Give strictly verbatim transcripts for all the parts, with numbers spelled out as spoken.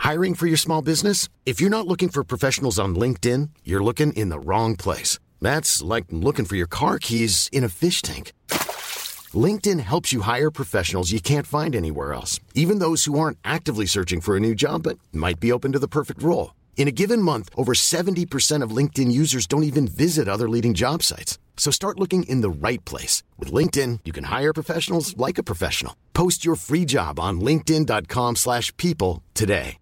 Hiring for your small business? If you're not looking for professionals on LinkedIn, you're looking in the wrong place. That's like looking for your car keys in a fish tank. LinkedIn helps you hire professionals you can't find anywhere else, even those who aren't actively searching for a new job but might be open to the perfect role. In a given month, over seventy percent of LinkedIn users don't even visit other leading job sites. So start looking in the right place. With LinkedIn, you can hire professionals like a professional. Post your free job on linkedin dot com slash people today.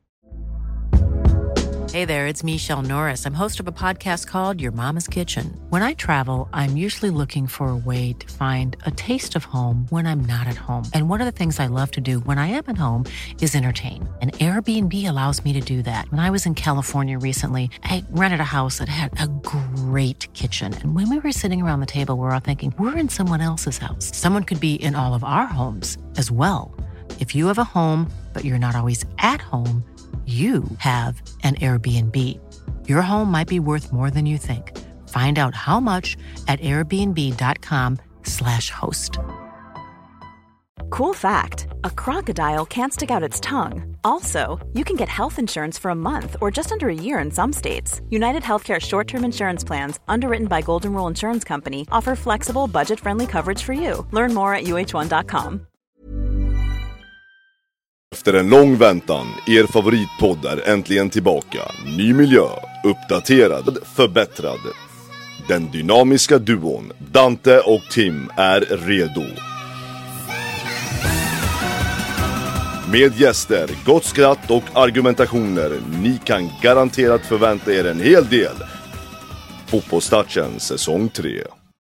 Hey there, it's Michelle Norris. I'm host of a podcast called Your Mama's Kitchen. When I travel, I'm usually looking for a way to find a taste of home when I'm not at home. And one of the things I love to do when I am at home is entertain. And Airbnb allows me to do that. When I was in California recently, I rented a house that had a great kitchen. And when we were sitting around the table, we were all thinking, we're in someone else's house. Someone could be in all of our homes as well. If you have a home, but you're not always at home, you have an Airbnb. Your home might be worth more than you think. Find out how much at airbnb dot com slash host. Cool fact, a crocodile can't stick out its tongue. Also, you can get health insurance for a month or just under a year in some states. United Healthcare short-term insurance plans, underwritten by Golden Rule Insurance Company, offer flexible, budget-friendly coverage for you. Learn more at u h one dot com. Efter en lång väntan, er favoritpodd är äntligen tillbaka. Ny miljö, uppdaterad, förbättrad. Den dynamiska duon Dante och Tim är redo. Med gäster, gott skratt och argumentationer. Ni kan garanterat förvänta er en hel del. Fotbollstouchen säsong tre.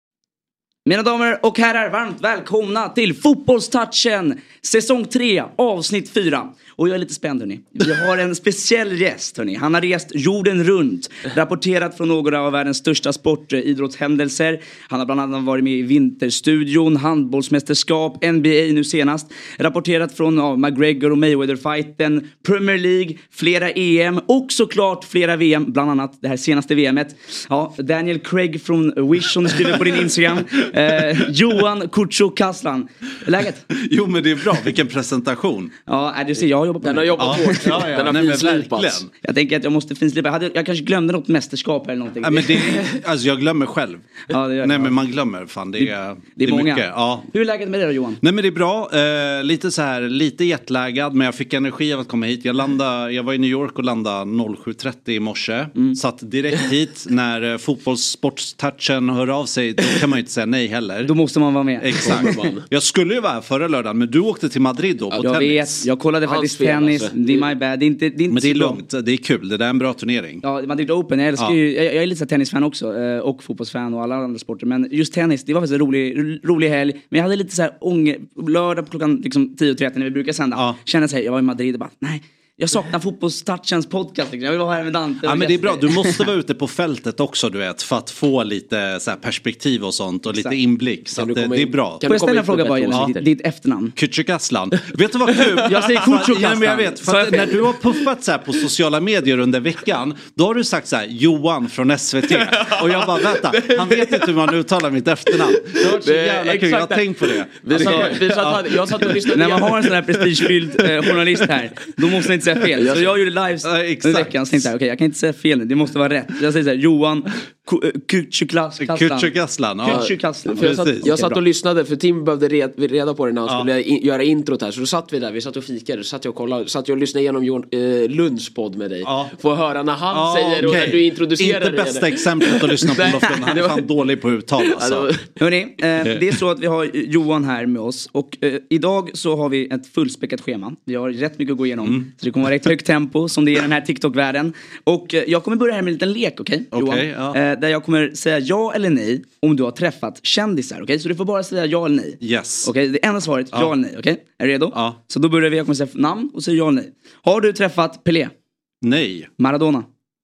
Mina damer och herrar, varmt välkomna till Fotbollstouchen säsong tre, avsnitt fyra. Och jag är lite spänd, hörni. Vi har en speciell gäst, hörni. Han har rest jorden runt, rapporterat från några av världens största sportidrottshändelser. Han har bland annat varit med i Vinterstudion, handbollsmästerskap, N B A nu senast. Rapporterat från ja, McGregor och Mayweather-fighten, Premier League, flera E M och såklart flera V M, bland annat det här senaste V M:et. Ja, Daniel Craig från Wish, som du skriver på din Instagram. Eh, Johan Kurtso Kaslan. Läget? Jo, men det är bra. Vilken presentation. Ja, du ser, jag har jobbat på den. Den har jobbat ja. hårt. Ja, ja. Den har finslipats. Jag tänker att jag måste finslipa. Jag, hade, jag kanske glömde något mästerskap eller någonting. Ja, men det, alltså jag glömmer själv. Ja, det gör Nej, jag. men man glömmer. Fan, det är, det, det är, det är många. mycket. Ja. Hur är läget med dig då, Johan? Nej, men det är bra. Eh, lite så här, lite jetlaggad. Men jag fick energi av att komma hit. Jag, landade, jag var i New York och landade sju trettio i morse. Mm. Satt direkt hit. När eh, fotbollssportstouchen hör av sig, då kan man ju inte säga nej heller. Då måste man vara med. Exakt. Jag skulle ju vara här förra lördagen, men du åkte till Madrid då på jag tennis. Vet, jag kollade faktiskt tennis. Alltså. Det är my bad. Det är inte, det är inte men det är bra. lugnt, det är kul. Det där är en bra turnering. Ja, Madrid Open. Jag älskar ja. ju, jag, jag är lite så tennisfan också. Och fotbollsfan och alla andra sporter. Men just tennis, det var faktiskt en rolig, rolig helg. Men jag hade lite så här ånger. Lördag på klockan liksom tio trettio när vi brukar sända. Ja. Kände så här, jag var i Madrid och bara, nej. Jag saknar Fotbollstouchens podcast. Jag vill vara här med Dante. Ja, men det är bra. Du måste vara ute på fältet också, du vet. För att få lite så här perspektiv och sånt. Och exakt. Lite inblick. Så det, det är bra. Får jag ställa en fråga bara? Ja. Ditt efternamn. Kurtso Kaslan. Vet du vad kul? Jag säger Kurtso Kaslan. Ja, men jag vet. För att när du har puffat så här på sociala medier under veckan. Då har du sagt så här, Johan från S V T. Och jag bara, vänta. Han vet inte hur man uttalar mitt efternamn. Det var så jävla kul. Jag har tänkt på det. Vi alltså, satt, vi satt, jag satt och lyssnade. När man har en sån här prestigefylld eh, journalist här. Då måste inte säga fel. Så jag gjorde lives ja, i veckan. Så tänkte jag, okej, jag kan inte säga fel nu. Det måste vara rätt. Jag säger så här, Johan Kurtso Kaslan. Kurtso Kaslan, ja. Kurtso Kaslan. Jag satt, jag satt och lyssnade, för Tim behövde red, reda på det när han ja. skulle in, göra introt här. Så då satt vi där, vi satt och fikade. Så satt jag och kollade, satt jag och lyssnade igenom Jon, eh, Lunds podd med dig. Ja. Får jag höra när han ja, säger okay. och när du introducerar inte bästa exemplet att lyssna på Loften. Han är fan dålig på uttal alltså. Hörrni, eh, det är så att vi har Johan här med oss. Och eh, idag så har vi ett fullspäckat schema. Vi har rätt mycket att gå igenom. Mm. Så det kommer vara rätt högt tempo som det är i den här TikTok-världen. Och eh, jag kommer börja här med en liten lek, okej? Okay, okay, Johan? Ja. Eh, där jag kommer säga ja eller nej om du har träffat kändisar, okej? Okay? Så du får bara säga ja eller nej. Yes. Okej, okay? Det enda svaret, ja, ja eller nej, okej? Okay? Är du redo? Ja. Så då börjar vi, jag kommer säga namn och säga ja eller nej. Har du träffat Pelé? Nej. Maradona?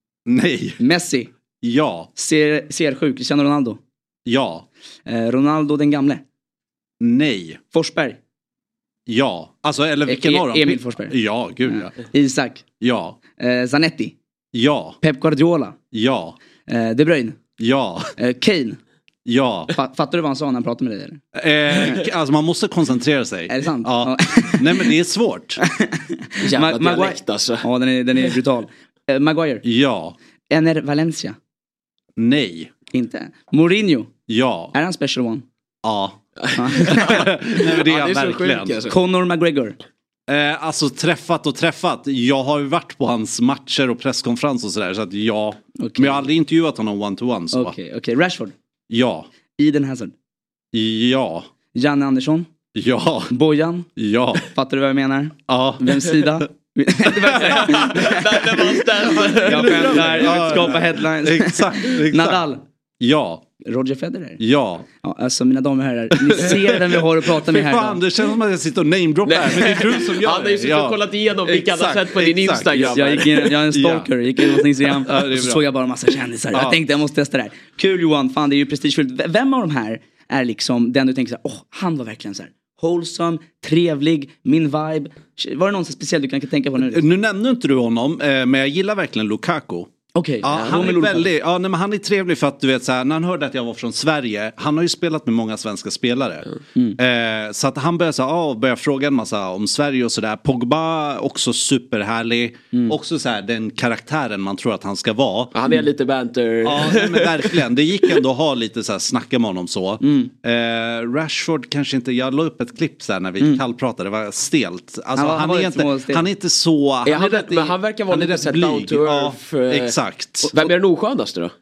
Nej. Messi? Ja. Ser, ser sjuk, Cristiano Ronaldo? Ja. Eh, Ronaldo den gamle? Nej. Forsberg? Ja. Alltså, eller vilken e- av dem? Emil Forsberg? Ja, gud ja. ja. Isak? Ja. Eh, Zanetti? Ja. Pep Guardiola? Ja. Eh, De Bruyne? Ja. Eh, Kane? Ja. Fattar du vad han sa när han pratade med dig? Eller? Eh, alltså man måste koncentrera sig. Är det sant? Ja. Nej men det är svårt. Jävla Ma- dialekt alltså. Ja, den är, den är brutal. Uh, Maguire? Ja. Ener Valencia? Nej. Inte? Mourinho? Ja. Är han special one? Ja. Nej men det är, ja, det är verkligen. Sjuk, alltså. Conor McGregor? Eh, alltså träffat och träffat. Jag har ju varit på hans matcher och presskonferens och sådär. Så att ja. Okay. Men jag har aldrig intervjuat honom one-to-one. Okej, okej. Okay, okay. Rashford? Ja. Eden Hazard? Ja. Janne Andersson? Ja. Bojan? Ja. Fattar du vad jag menar? Ja. Vems sida? Jag skämtar, skapa headlines. Exakt, exakt. Nadal? Ja. Roger Federer? Ja. Ja, alltså mina damer och herrar, ni ser vem vi har att prata med här. Fan, det känns som att jag sitter och namedroppar här, men det är du som gör det. Han har ju suttit och kollat igenom vilka han har sett på din exakt. Instagram. Jag, gick in, jag är en stalker, jag gick in på Instagram ja, och så såg jag bara en massa kändisar. Ja. Jag tänkte jag måste testa det här. Kul Johan, fan det är ju prestigefullt. Vem av de här är liksom den du tänker såhär, åh, oh, han var verkligen så här wholesome, trevlig, min vibe. Var det någon så speciell du kan tänka på nu? Nu nämnde inte du honom, men jag gillar verkligen Lukaku. Okej, okay. Ja, han är väldigt, ja, nej, men han är trevlig för att du vet så här, när han hörde att jag var från Sverige, han har ju spelat med många svenska spelare. Mm. Eh, så att han började så här, började fråga en massa om Sverige och sådär. Pogba också superhärlig. Mm. Också så här, den karaktären man tror att han ska vara. Han är lite banter. Ja, men verkligen. Det gick ändå att ha lite så här, snacka med honom så. Mm. Eh, Rashford kanske inte, jag la upp ett klipp så här, när vi mm. kallpratade, det var stelt. Alltså, han, han, han, är inte, han är inte så... Han, är han, är rätt, men han verkar vara lite rätt down to earth. Ja, exakt. Vem är den oskönaste då?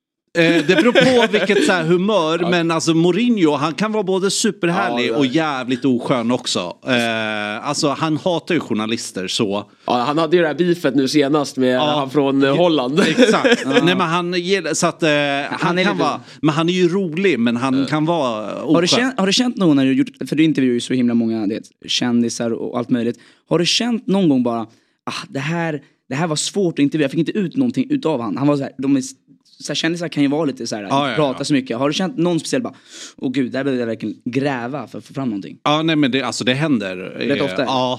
Eh, det beror på vilket så här, humör. Ja. Men alltså Mourinho, han kan vara både superhärlig ja, och jävligt oskön också. eh, Alltså han hatar ju journalister så. Ja, han hade ju det här beefet nu senast med ja. han från Holland. Exakt. Ja. Nej men han så att, eh, han, han kan vara, men han är ju rolig. Men han uh. kan vara oskön. Har du känt, har du känt någon när du gjort, för du intervjuar ju så himla många det, kändisar och allt möjligt. Har du känt någon gång bara ah, det här Det här var svårt att intervjua. Jag fick inte ut någonting utav han. Han var så här, de är, så här kändisar kan ju vara lite så här, ja, ja, prata ja. så mycket. Har du känt någon speciell bara, åh gud, där behöver jag verkligen gräva för att få fram någonting? Ja, nej men det, alltså det händer. Rätt ofta? Ja,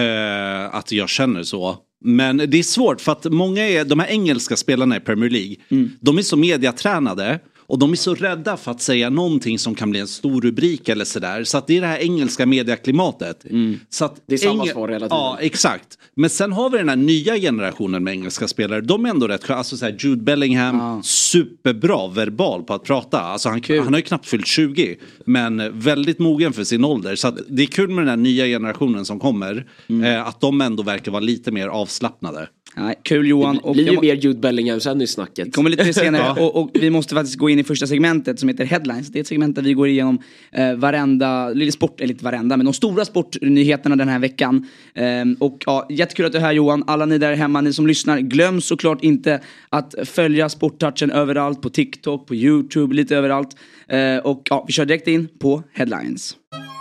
eh, att jag känner så. Men det är svårt för att många är, de här engelska spelarna i Premier League, mm. de är så mediatränade. Och de är så rädda för att säga någonting som kan bli en stor rubrik eller sådär. Så att det är det här engelska mediaklimatet. Mm. Så att det är samma svar hela tiden. Ja, exakt. Men sen har vi den här nya generationen med engelska spelare. De är ändå rätt, alltså så här Jude Bellingham, ja. superbra verbal på att prata. Alltså han, han har ju knappt fyllt tjugo. Men väldigt mogen för sin ålder. Så att det är kul med den här nya generationen som kommer. Mm. Eh, att de ändå verkar vara lite mer avslappnade. Nej, kul Johan. Det blir ju mer Jude Bellingham sen i snacket. Kommer lite senare och, och vi måste faktiskt gå in i första segmentet som heter Headlines. Det är ett segment där vi går igenom eh, varenda, lite sport, eller inte varenda, men de stora sportnyheterna den här veckan. Eh, och ja, jättekul att du är här Johan. Alla ni där hemma, ni som lyssnar, glöm såklart inte att följa Sporttouchen överallt, på TikTok, på YouTube, lite överallt. Eh, och ja, vi kör direkt in på Headlines.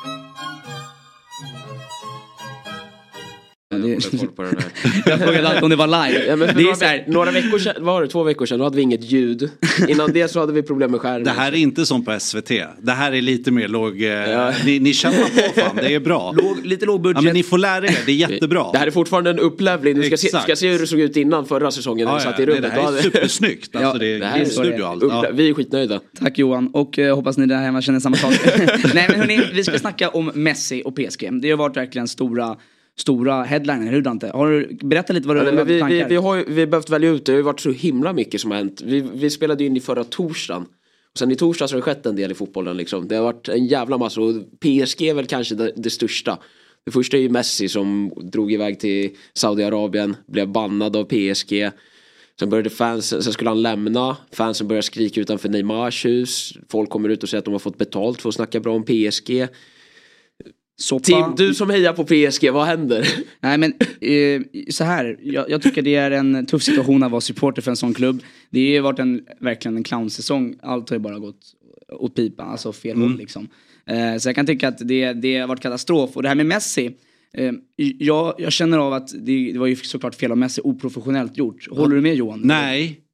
Jag frågade alltid om det var live. Ja, men det är några, så här, några veckor sedan, vad var det, två veckor sedan, då hade vi inget ljud. Innan det så hade vi problem med skärmen. Det här är inte som på S V T. Det här är lite mer låg. Ja. Ni, ni känner på fan, det är bra. Låg, lite låg budget. Ja, men ni får lära er, det är jättebra. Det här är fortfarande en upplevling. Du ska se, ska se hur det såg ut innan förra säsongen. Ja, ja, satt i rummet. Det här är supersnyggt. Alltså, ja, det är, det är studio allt. Ja. Vi är skitnöjda. Tack Johan. Och uh, hoppas ni där hemma känner samma sak. Nej men hörni, vi ska snacka om Messi och P S G. Det har varit verkligen stora Stora headliner, hur Dante? Har du berättat lite vad du ja, har men vi, tankar? Vi, vi har ju vi har behövt välja ut, det har ju varit så himla mycket som har hänt. Vi, vi spelade in i förra torsdagen. Och sen i torsdags har det skett en del i fotbollen liksom. Det har varit en jävla massa. Och P S G är väl kanske det, det största. Det första är ju Messi som drog iväg till Saudiarabien, blev bannad av P S G. Sen började fans, sen skulle han lämna. Fansen började skrika utanför Neymars hus. Folk kommer ut och säger att de har fått betalt för att snacka bra om P S G. Sopa. Tim, du som hejar på P S G, vad händer? Nej men eh, så här, jag, jag tycker det är en tuff situation att vara supporter för en sån klubb. Det har ju varit en, verkligen en clownsäsong. Allt har ju bara gått åt pipan, alltså fel mm. håll liksom. Eh, så jag kan tycka att det, det har varit katastrof. Och det här med Messi, eh, jag, jag känner av att det, det var ju såklart fel av Messi, oprofessionellt gjort. Håller du med Johan? Nej.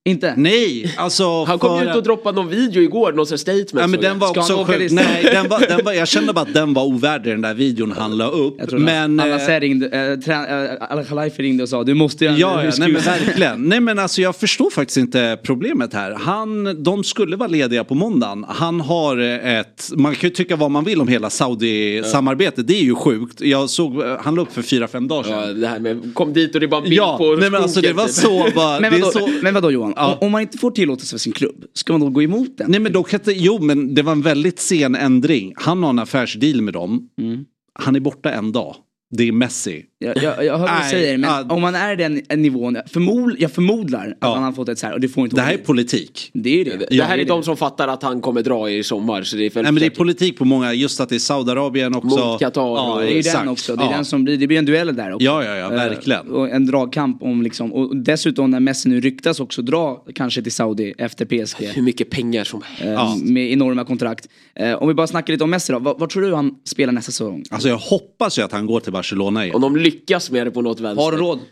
Inte? Nej, alltså han kom för... ut och droppade någon video igår, någon sån statement. Ja, men den var Ska också sjuk. Nej, den var, den var, jag kände bara att den var ovärdig, den där videon han la upp. Men alla äh, ringde, äh, trä, äh, alla Khalifa ringde och sa du måste göra ja, ja nej men verkligen. Nej men alltså jag förstår faktiskt inte problemet här. Han, de skulle vara lediga på måndagen. Han har ett, man kan ju tycka vad man vill om hela Saudi-samarbetet. Det är ju sjukt. Jag såg, han la upp för fyra, fem dagar sedan. Ja, det här med, kom dit och det var en bild ja, på nej, men alltså det var så bara, men, det vadå, är så... men vadå Johan? Ja. Om man inte får tillåtelse för sin klubb, ska man då gå emot den? Nej men då kan inte, jo men det var en väldigt sen ändring. Han har en affärsdeal med dem. Mm. Han är borta en dag. Det är Messi. Jag, jag, jag hör vad du säger, men uh, om man är den nivån, förmod, jag förmodar att uh, han har fått ett så här, och det får inte det här är politik. Det är det. Det, det här är, är de som fattar att han kommer dra i sommar. Så det är, nej, men det är politik på många, just att det är Saudiarabien också. Mot Qatar. Ja, och, det är exakt. Den också. Det är ja. den som blir, det blir en duell där också. Ja, ja, ja, verkligen. Uh, och en dragkamp om liksom, och dessutom när Messi nu ryktas också dra kanske till Saudi efter P S G. Hur mycket pengar som uh, ja. Med enorma kontrakt. Uh, om vi bara snackar lite om Messi då, vad, vad tror du han spelar nästa säsong? Alltså jag hoppas ju att han går till Barcelona igen. Om de lyckas med det på något vänster. Har du råd?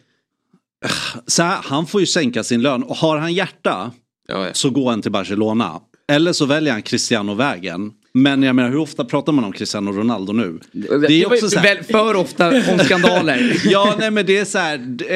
Så här, han får ju sänka sin lön. Och har han hjärta ja, ja. så går han till Barcelona. Eller så väljer han Cristiano-vägen. Men jag menar, hur ofta pratar man om Cristiano Ronaldo nu? Det är det också så här... för ofta om skandaler. Ja, nej men det är så här,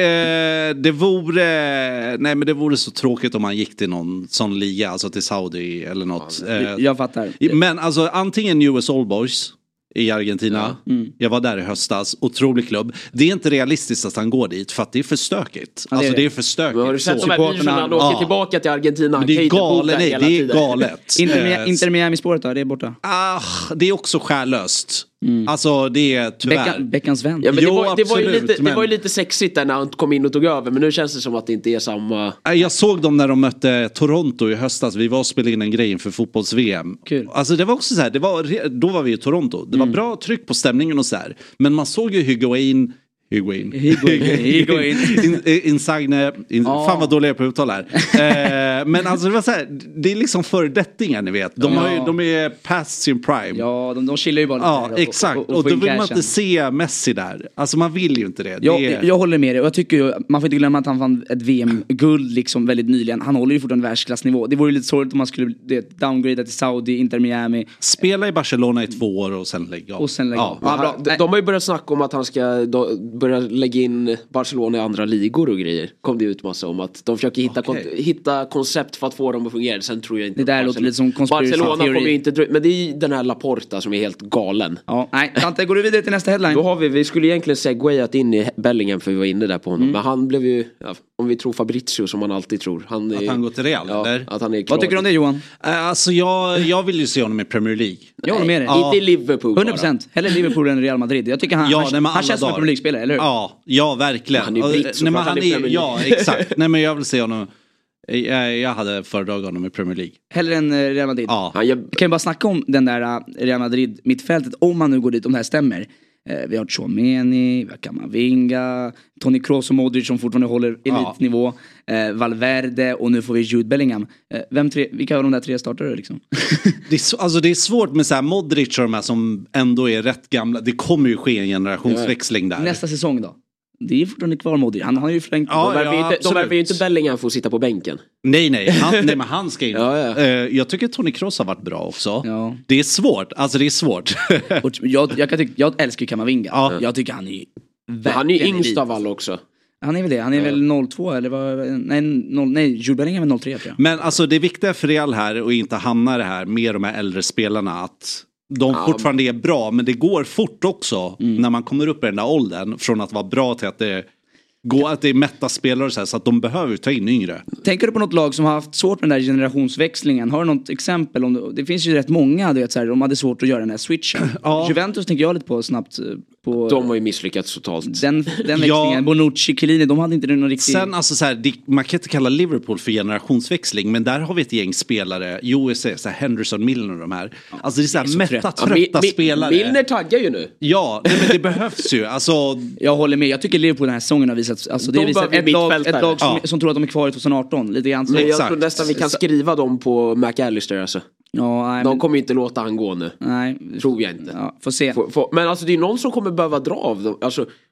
eh, det vore nej men det vore så tråkigt om han gick till någon sån liga, alltså till Saudi eller något. Ja, eh, jag fattar. Men alltså antingen New West Old Boys i Argentina. Ja. Mm. Jag var där i höstas. Otrolig klubb. Det är inte realistiskt att han går dit för att det är för stökigt. Ja, det alltså är det. det är för stökigt. Men har du sett så. De här videorna han åker ja. tillbaka till Argentina? Men det är galet. Nej, det är galet. Inter, Inter Miami-spåret då? Det är borta. Ah, det är också skärlöst. Mm. Alltså det är tyvärr Becka, Beckans vän. Ja, men jo, det, var, det, var ju lite, men... det var ju lite sexigt där när han kom in och tog över. Men nu känns det som att det inte är samma. Jag såg dem när de mötte Toronto i höstas. Vi var och spelade in en grej inför fotbolls-V M. Kul. Alltså det var också så här, det var, då var vi i Toronto. Det var mm. bra tryck på stämningen och så här. Men man såg ju Higuain Higuain. Higuain. Insigne. In, oh. Fan vad dålig jag på uttal här. eh, men alltså det var så här, det är liksom fördettingar ni vet. De, ja. har ju, de är past sin prime. Ja, de, de chillar ju bara lite. Ja, och, exakt. Och, och, och, och då vill man inte se Messi där. Alltså man vill ju inte det. det jag, är... jag håller med dig. Och jag tycker ju, man får inte glömma att han vann ett V M-guld liksom väldigt nyligen. Han håller ju fortfarande världsklassnivå. Det vore ju lite sorgligt om man skulle det, downgrada till Saudi, Inter Miami. Spela i Barcelona i två år och sen lägga av. Och sen lägga ja. ja, bra. De, de har ju börjat snacka om att han ska då, börja lägga in Barcelona i andra ligor och grejer. Kom det ut massa om att de försöker hitta, okay. kon- hitta koncept för att få dem att fungera. Sen tror jag inte det där låter lite som Barcelona kommer ju inte, men det är den här Laporta som är helt galen. Ja, nej, Dante, går du vidare till nästa headline? Då har vi, vi skulle egentligen segwayat in i Bellingham för vi var inne där på honom. Mm. Men han blev ju, ja, om vi tror Fabrizio som man alltid tror. Han är, att han går till Real, ja, eller? Att han är klar. Vad tycker du om det, Johan? Uh, alltså jag, jag vill ju se honom i Premier League. Jag håller med dig. Ja. Inte i Liverpool hundra procent. Heller Liverpool än Real Madrid. Jag tycker han, ja, han, han känns som en Premier League-spelare, eller hur? Ja, ja verkligen. Han är ju britt, så nej, men han är, är ja, exakt. Nej, men jag vill se honom. Jag, jag hade föredragit honom i Premier League. Hellre än Real Madrid. Ja. Ja, jag kan ju bara snacka om den där Real Madrid mittfältet, om man nu går dit, om det här stämmer. Eh, vi har Tchouameni, vi har Kamavinga, Toni Kroos och Modric som fortfarande håller elitnivå, ja. eh, Valverde och nu får vi Jude Bellingham. Eh, vem tre, vilka av de där tre startare liksom? det, är så, alltså det är svårt med så här Modric och de här som ändå är rätt gamla. Det kommer ju ske en generationsväxling där. Nästa säsong då? Det är fortfarande kvar Modric. Han har ju förlängt. Ja, de ja, de behöver ju inte Bellingham få sitta på bänken. Nej, nej. Han, nej men han ska in. Ja, ja. Uh, jag tycker Toni Kroos har varit bra också. Ja. Det är svårt. Alltså det är svårt. jag, jag, kan tycka, jag älskar Kamavinga. Ja. Jag tycker han är han är ju yngst av alla också. Han är väl det. Han är ja. väl noll två eller vad? Nej, noll, nej Jude Bellingham är noll tre tror jag. Men alltså det viktiga för Real här och inte hamna det här med de här äldre spelarna att de ja. fortfarande är bra, men det går fort också mm. när man kommer upp i den där åldern från att vara bra till att det gå att det är mätta spelare så, här, så att de behöver ta in yngre. Tänker du på något lag som har haft svårt med den där generationsväxlingen? Har du något exempel? Om det, det finns ju rätt många, du vet, så här, de hade svårt att göra den här switchen. Ja. Juventus tänker jag lite på snabbt. På, de har ju misslyckats totalt. Den, den växlingen, ja. Bonucci, Chiellini, de hade inte någon riktig... Sen alltså så här, man kan inte kalla Liverpool för generationsväxling, men där har vi ett gäng spelare, U S A, så här, Henderson, Milner och de här. Alltså det är så här det är så mätta, trötta ja, mi, spelare. Milner taggar ju nu. Ja, nej, men det behövs ju. Alltså... Jag håller med, jag tycker Liverpool den här säsongen har visat, alltså, det de visar ett lag, ett lag som, ja. som tror att de är kvar i tjugo arton, lite grann så. Men jag Exakt. tror nästan vi kan skriva dem på McAllister alltså. Ja, nej, de kommer ju inte låta han gå nu. Nej, tror jag inte. Ja, får se. Får, får, men alltså det är någon som kommer behöva dra av dem. Alltså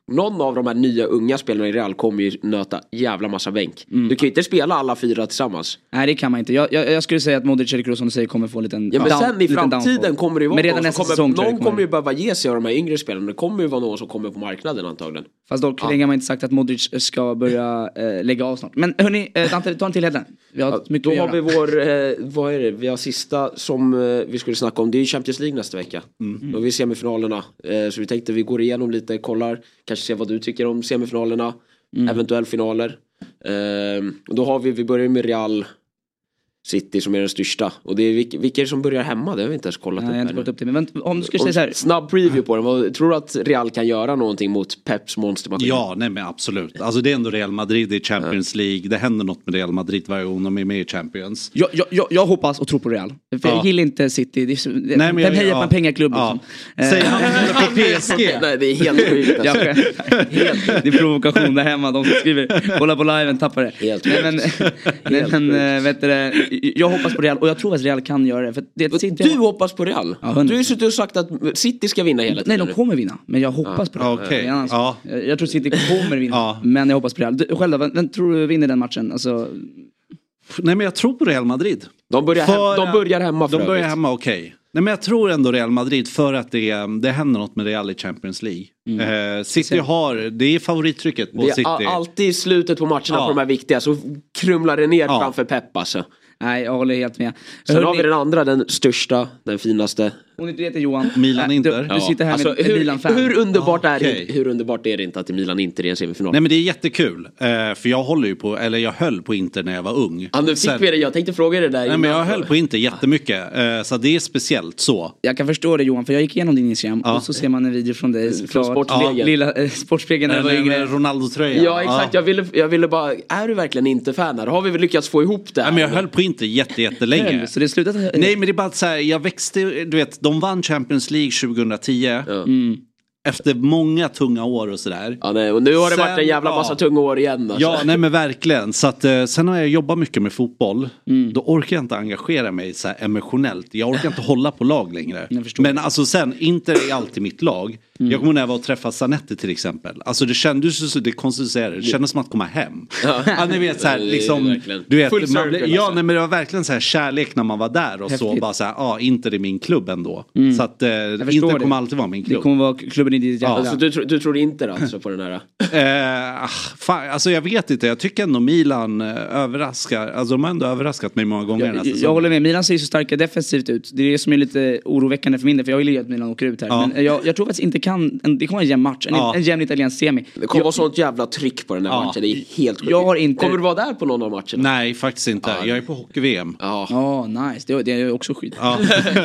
någon av de här nya unga spelarna i Real kommer ju nöta jävla massa bänk. Mm. Du kan ju inte spela alla fyra tillsammans. Nej, det kan man inte. Jag, jag, jag skulle säga att Modric eller Kroos, som du säger, kommer få en liten ja, men down, sen i framtiden kommer det ju vara redan någon som kommer, säsong, någon kommer, kommer ju behöva ge sig av de här yngre spelarna. Det kommer ju vara någon som kommer på marknaden antagligen. Fast dock ja. länge har man inte sagt att Modric ska börja äh, lägga av snart. Men hörni, äh, Dante, ta en till heller. Vi har ja, mycket då att har göra. vi vår, eh, vad är det? Vi har sista som eh, vi skulle snacka om. Det är Champions League nästa vecka. Mm. Då har vi semifinalerna. Eh, så vi tänkte vi går igenom lite, kollar. Kanske se vad du tycker om semifinalerna. Mm. Eventuell finaler. Eh, då har vi, vi börjar med Real City som är den största. Och det är vilka, vilka är det som börjar hemma? Det har vi inte ens kollat Nej, upp. Jag har inte kollat upp det. Men om du skulle säga så här. Snabb preview på den. Vad, tror du att Real kan göra någonting mot Peps monstermaskin? Ja, nej men absolut. Alltså det är ändå Real Madrid i Champions ja. League. Det händer något med Real Madrid varje gång de är med i Champions. Jag, jag, jag, jag hoppas och tror på Real. För ja. jag gillar inte City. Det är, nej, men den jag, hejar ja. på en pengaklubb. Ja. Liksom. Säger han på P S G? Nej, det är helt sjukt. Alltså. helt. Det är provokation där hemma. De som skriver, kolla på liven, tappar det. Helt nej, men, nej, men vet du, jag hoppas på Real. Och jag tror att Real kan göra det, för det City du har... hoppas på Real? Ja, du har ju suttit och sagt att City ska vinna hela tiden. Nej, de kommer vinna. Men jag hoppas ja. på det. Okay. Jag, ja. jag tror City kommer vinna. Ja. Men jag hoppas på Real. Du, själv, vem, vem tror du vinner den matchen? Alltså... Nej, men jag tror på Real Madrid. De börjar, för, hem, de börjar hemma. De börjar hemma, okej. Okay. Nej, men jag tror ändå Real Madrid för att det, det händer något med Real i Champions League. Mm. Eh, City har, det är favorittrycket på det är City. A- alltid i slutet på matcherna ja. på de här viktiga så krumlar det ner ja. framför Pep alltså. Nej, jag håller helt med. Sen Hörrni... har vi den andra, den största, den finaste. Hon heter Johan. Milan Inter. Du, du sitter här alltså, med hur, Milan-fan. Hur underbart, är okay. det, hur underbart är det inte att Milan Inter är en semifinal? Nej, men det är jättekul. Eh, för jag håller ju på, eller jag höll på Inter när jag var ung. Ja, du fick Sen... med det, jag tänkte fråga det där. Nej, men jag höll på Inter jättemycket. Eh, så det är speciellt så. Jag kan förstå det, Johan, för jag gick igenom din Instagram ja. och så ser man en video från dig. Från Sportspegeln. Ja, lilla eh, Sportspegeln när jag var yngre. Ronaldo-tröja. Ja, exakt. Ja. Jag, ville, jag ville bara, är du verkligen inte fan här? Har vi väl lyckats få ihop det här? Nej, men jag höll på Inter jätte, jättelänge. Så det slutade... Nej, men det är bara så här, jag växte, du vet, de vann Champions League tjugohundratio. Ja. Mm. Efter många tunga år och sådär. Ja, nej, och nu har det sen, varit en jävla massa ja. tunga år igen. Alltså. Ja, nej men verkligen. Så att, eh, sen har jag jobbat mycket med fotboll. Mm. Då orkar jag inte engagera mig så här emotionellt. Jag orkar inte hålla på lag längre. Men alltså sen, Inter är alltid mitt lag. Mm. Jag kommer när jag var och träffade Zanetti till exempel. Alltså det kändes så, det är konstigt att säga det. Det kändes som att komma hem. Ja, ja ni vet så här, liksom. Du vet, man, circle, ja, alltså. nej, men det var verkligen så här kärlek när man var där. Och Häftigt. Så bara så här, ja, Inter är min klubb ändå. Mm. Så att eh, Inter kommer alltid vara min klubb. Det kommer vara klubben i ditt hjärta. Ja. Alltså, du, du tror inte alltså på den här? eh, fan, alltså jag vet inte. Jag tycker ändå Milan eh, överraskar. Alltså de har ändå överraskat mig många gånger. Jag, jag, jag håller med. Milan ser ju så starka defensivt ut. Det är det som är lite oroväckande för min del. För jag vill ju att Milan åker ut här. Ja. Men jag, jag tror faktiskt inte kan. En, det kommer vara en jämn match. En, ja. en jämn italiensk semi. Det kommer vara sånt jävla tryck på den här ja. matchen. Det är helt sjukt. Jag har inte... Kommer du vara där på någon av matcherna? Nej, faktiskt inte. Ja. Jag är på hockey-V M. Ja, oh, nice. Det, det är också skit. Ja.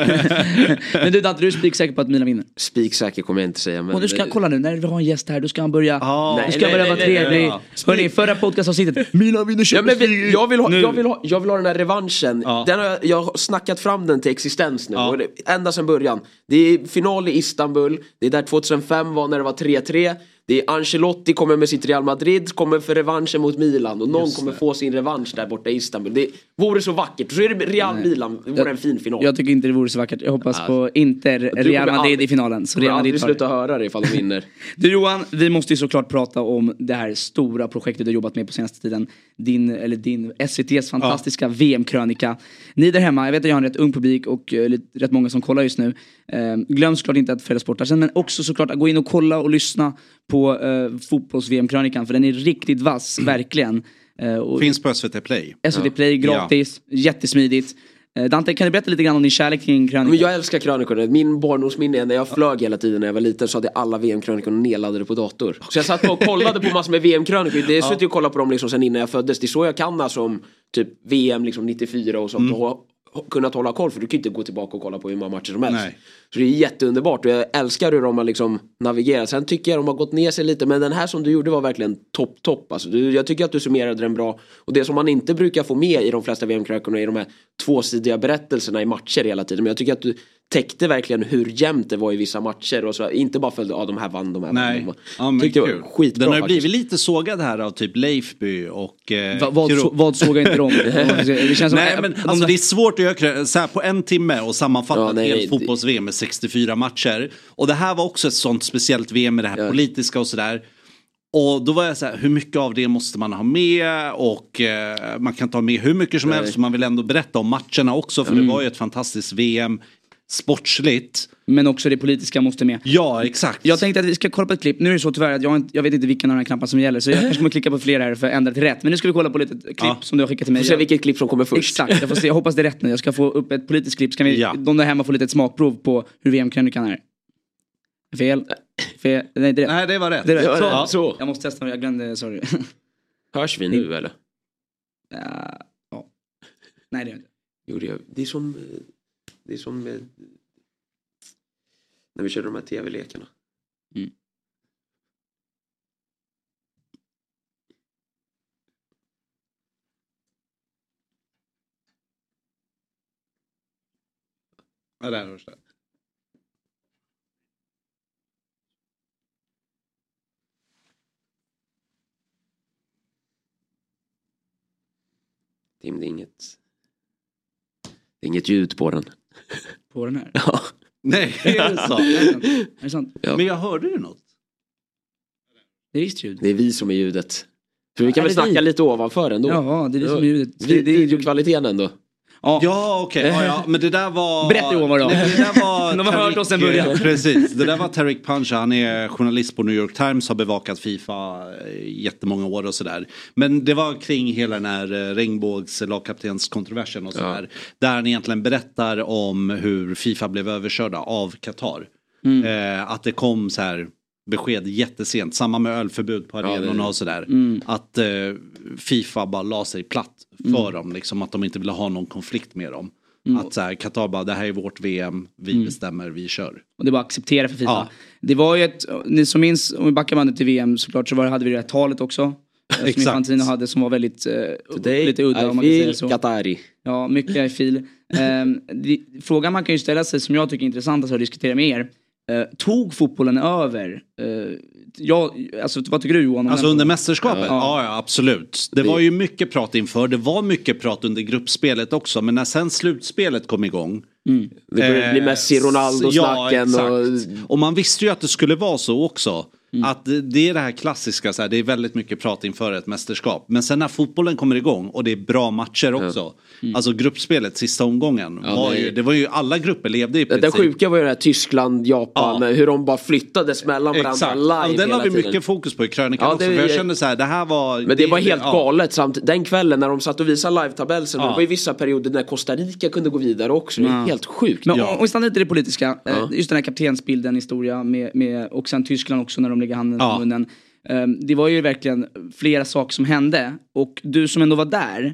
Men du Dante, du är spiksäker på att Milan vinner? Spiksäker kommer jag inte säga. Men... Och du ska kolla nu, när vi har en gäst här, då ska han börja. Oh. Du ska nej, börja nej, vara trevlig. Hörrni, förra podcastavsnittet. Milan vinner ja, men vi, jag, vill ha, jag, vill ha, jag vill ha den här revanschen. Ja. Den har, jag har snackat fram den till existens nu. Ja. Och det, ända sedan början. Det är final i Istanbul. Det är där tjugohundrafem var när det var tre tre. Det är Ancelotti kommer med sitt Real Madrid, kommer för revanschen mot Milan och någon kommer få sin revansch där borta i Istanbul. Det vore så vackert. Så är det Real Nej. Milan, det vore jag, en fin final. Jag tycker inte det vore så vackert. Jag hoppas ja. på Inter Real Madrid aldrig, i finalen. Så Real Madrid aldrig sluta höra det ifall de vinner. Du Johan, vi måste ju såklart prata om det här stora projektet du har jobbat med på senaste tiden. Din, eller din S V T:s fantastiska ja. V M-krönika. Ni där hemma, jag vet att jag har en rätt ung publik och uh, rätt många som kollar just nu. Uh, glöm såklart inte att följa Sporttachen, men också såklart att gå in och kolla och lyssna på uh, fotbolls-V M-krönikan, för den är riktigt vass, mm. verkligen. Uh, och finns på S V T Play. S V T Play, gratis, ja. jättesmidigt. Uh, Dante, kan du berätta lite grann om din kärlek till din krönika? Men jag älskar krönikorna. Min barndomsminne är när jag flög hela tiden när jag var liten, så hade jag alla V M-krönikorna nedladdade på dator. Okay. Så jag satt och kollade på massor med V M-krönikor. Det är så att jag kollade på dem liksom sen innan jag föddes. Det är så jag kan alltså om typ V M liksom nittiofyra och sånt. Mm. Och kunnat hålla koll, för du kan inte gå tillbaka och kolla på hur många matcher som helst. Nej. Så det är jätteunderbart och jag älskar hur de har liksom navigerat. Sen tycker jag de har gått ner sig lite, men den här som du gjorde var verkligen topp topp alltså. Du, jag tycker att du summerade den bra, och det som man inte brukar få med i de flesta V M-krönikorna är de här tvåsidiga berättelserna i matcher hela tiden, men jag tycker att du täckte verkligen hur jämnt det var i vissa matcher och så, inte bara följde, ja de här vann, de här Nej. vann. Ja, men tyckte det var skitbra. Den har ju faktiskt. blivit lite sågad här av typ Leifby och eh, Va, vad, så, vad såg jag inte om? Det känns som nej, men alltså där... det är svårt att göra så här på en timme och sammanfatta ja, nej, ett fotbolls-V M med sextiofyra matcher. Och det här var också ett sånt speciellt V M med det här ja. politiska och sådär. Och då var jag så här, hur mycket av det måste man ha med? Och eh, man kan ta med hur mycket som helst. Så man vill ändå berätta om matcherna också. För mm. det var ju ett fantastiskt V M. Sportsligt. Men också det politiska måste med. Ja, exakt. Jag tänkte att vi ska kolla på ett klipp. Nu är det så tyvärr att jag, inte, jag vet inte vilken av de här knapparna som gäller. Så jag kanske kommer klicka på flera här för att ändra till rätt. Men nu ska vi kolla på lite klipp ja. som du har skickat till mig. Får se vilket klipp som kommer först. Exakt, jag får se. Jag hoppas det är rätt nu. Jag ska få upp ett politiskt klipp. Ska vi, ja. de där hemma få lite ett smakprov på hur V M-krönikan är. Fel. Fel. Nej, det, Nej, det var rätt. Det är rätt. Det Så, ja. så. Jag måste testa, jag glömde, sorry. Hörs vi nu eller? Ja. ja. Nej, det är inte. Jo, det är, det är som... Det är som... När vi körde de här tv-lekarna. Mm. Ja, det är det. Tim, det är inget... Det är inget ljud på den. På den här? Ja. Nej, är det så? Är det sant? Ja. Men jag hörde ju något. Det är visst ljud. Det är vi som är ljudet. För vi kan väl snacka vi? lite ovanför ändå. Ja, det är det som är ljudet. Vi, det är ju kvaliteten ändå. Ja, ja okej. Okay. Ja, ja. Men det där var... Berätta ovan då. Nej, det där var de har hört oss en början. Precis. Det där var Tariq Puncha. Han är journalist på New York Times. Har bevakat FIFA jättemånga år och sådär. Men det var kring hela den här regnbågs lagkaptenskontroversen och sådär. Ja. Där han egentligen berättar om hur FIFA blev överkörda av Qatar. Mm. Eh, att det kom så här... besked jättesent, samma med ölförbud på arenorna ja, och sådär. Mm. Att eh, FIFA bara la sig platt för mm. dem, liksom att de inte ville ha någon konflikt med dem. Mm. Att såhär, Qatar bara, det här är vårt V M, vi mm. bestämmer, vi kör. Och det bara acceptera för FIFA. Ja. Det var ju ett, ni som minns, om vi backar bandet till V M såklart, så var, hade vi det här talet också. Som Infantino hade, som var väldigt uh, lite udda om man kan säga så. Qatari. Ja, mycket är fil. um, det, frågan man kan ju ställa sig, som jag tycker är intressant att diskutera med er. Uh, tog fotbollen över? Uh, ja, alltså, vad tycker du, Johan? Alltså under mästerskapet? Ja, ja, ja absolut. Det, det var ju mycket prat inför. Det var mycket prat under gruppspelet också. Men när sen slutspelet kom igång. Mm. Det började bli Messi, Ronaldo snacken. Ja, och... och man visste ju att det skulle vara så också. Mm. Att det är det här klassiska, så här, det är väldigt mycket prat inför ett mästerskap. Men sen när fotbollen kommer igång och det är bra matcher också. Ja. Mm. Alltså gruppspelet, sista omgången. Ja, var det... Ju, det var ju, alla grupper levde i princip. Den sjuka var ju det här Tyskland, Japan, ja. hur de bara flyttades mellan varandra. Exakt. Live ja, den har vi tiden. mycket fokus på i krönikan ja, också. För jag kände så här, det här var... Men det, det var helt det, galet. Ja. Samt den kvällen när de satt och visade live-tabellen. Ja. Det var ju vissa perioder när Costa Rica kunde gå vidare också. Det är ja. helt sjukt. Men ja. om vi stannar lite i det politiska. Ja. Just den här kaptensbilden, historia med, med, och sen Tyskland också när de lägger handen på ja. munnen. Det var ju verkligen flera saker som hände. Och du som ändå var där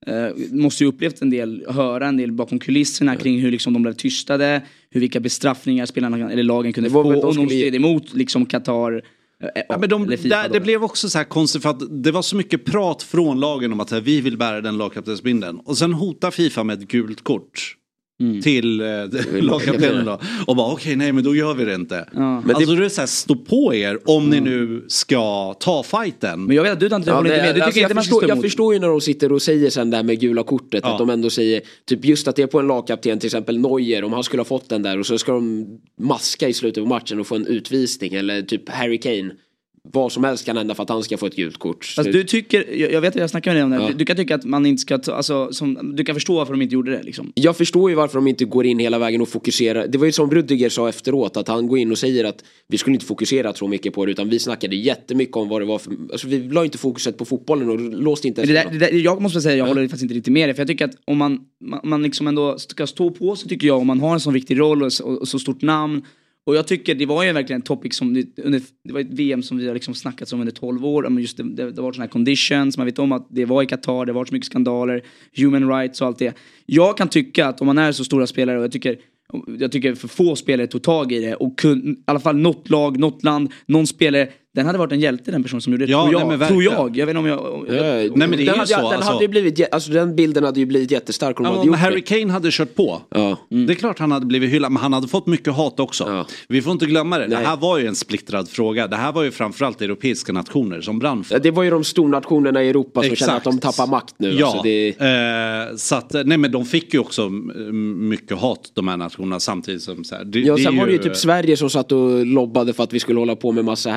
måste ju upplevt en del, höra en del bakom kulisserna kring hur liksom de blev tystade, hur vilka bestraffningar spelarna eller lagen kunde få om de stred emot liksom Qatar. Ja, men de, där, det blev också så här konstigt för att det var så mycket prat från lagen om att här, vi vill bära den lagkaptensbindeln. Och sen hotar FIFA med ett gult kort. Mm. Till eh, lagkaptenen då. Och bara okej okay, nej men då gör vi det inte. Ja. Men alltså det är så här, stå på er om mm. ni nu ska ta fighten. Men jag vet att du inte ja, inte med. Du tycker alltså, inte jag, förstår, jag förstår ju när de sitter och säger sen där med gula kortet ja. att de ändå säger typ just att det är på en lagkapten till exempel Neuer, om han skulle ha fått den där och så ska de maska i slutet av matchen och få en utvisning eller typ Harry Kane. Vad som helst kan hända för att han ska få ett gult kort. Alltså, du tycker, jag, jag vet att jag snackar med dig om det. Ja. Du, du kan tycka att man inte ska ta, alltså, som, du kan förstå varför de inte gjorde det liksom. Jag förstår ju varför de inte går in hela vägen och fokuserar. Det var ju som Rudiger sa efteråt, att han går in och säger att vi skulle inte fokusera så mycket på det, utan vi snackade jättemycket om vad det var för, alltså vi la inte fokuset på fotbollen och låste inte. Det där, det där, jag måste säga, jag ja. håller faktiskt inte riktigt med det, för jag tycker att om man, man, man liksom ändå ska stå på sig, tycker jag, om man har en sån viktig roll och, och, och så stort namn. Och jag tycker det var ju verkligen en topic som det, under, det var ett V M som vi har liksom snackat om under tolv år. Men just det, det, det var sådana här conditions, man vet om att det var i Qatar, det var så mycket skandaler, human rights och allt det. Jag kan tycka att om man är så stora spelare, och jag tycker jag tycker för få spelare tog tag i det och kun, i alla fall något lag, något land, någon spelare, den hade varit en hjälte, den person som gjorde det, ja, tror jag. Nej, tror jag. Jag vet inte om jag... Om, ja, nej, men det är den hade, så, den alltså. hade blivit, alltså den bilden hade ju blivit jättestark om ja, hade men Harry Kane hade kört på. Ja. Mm. Det är klart han hade blivit hyllad, men han hade fått mycket hat också. Ja. Vi får inte glömma det. Nej. Det här var ju en splittrad fråga. Det här var ju framförallt europeiska nationer som brann för. Ja, det var ju de stornationerna i Europa som kände att de tappar makt nu. Ja, alltså det... eh, så att, nej men de fick ju också mycket hat, de här nationerna, samtidigt som så här, det, ja, det sen ju... var det ju typ Sverige som satt och lobbade för att vi skulle hålla på med massa här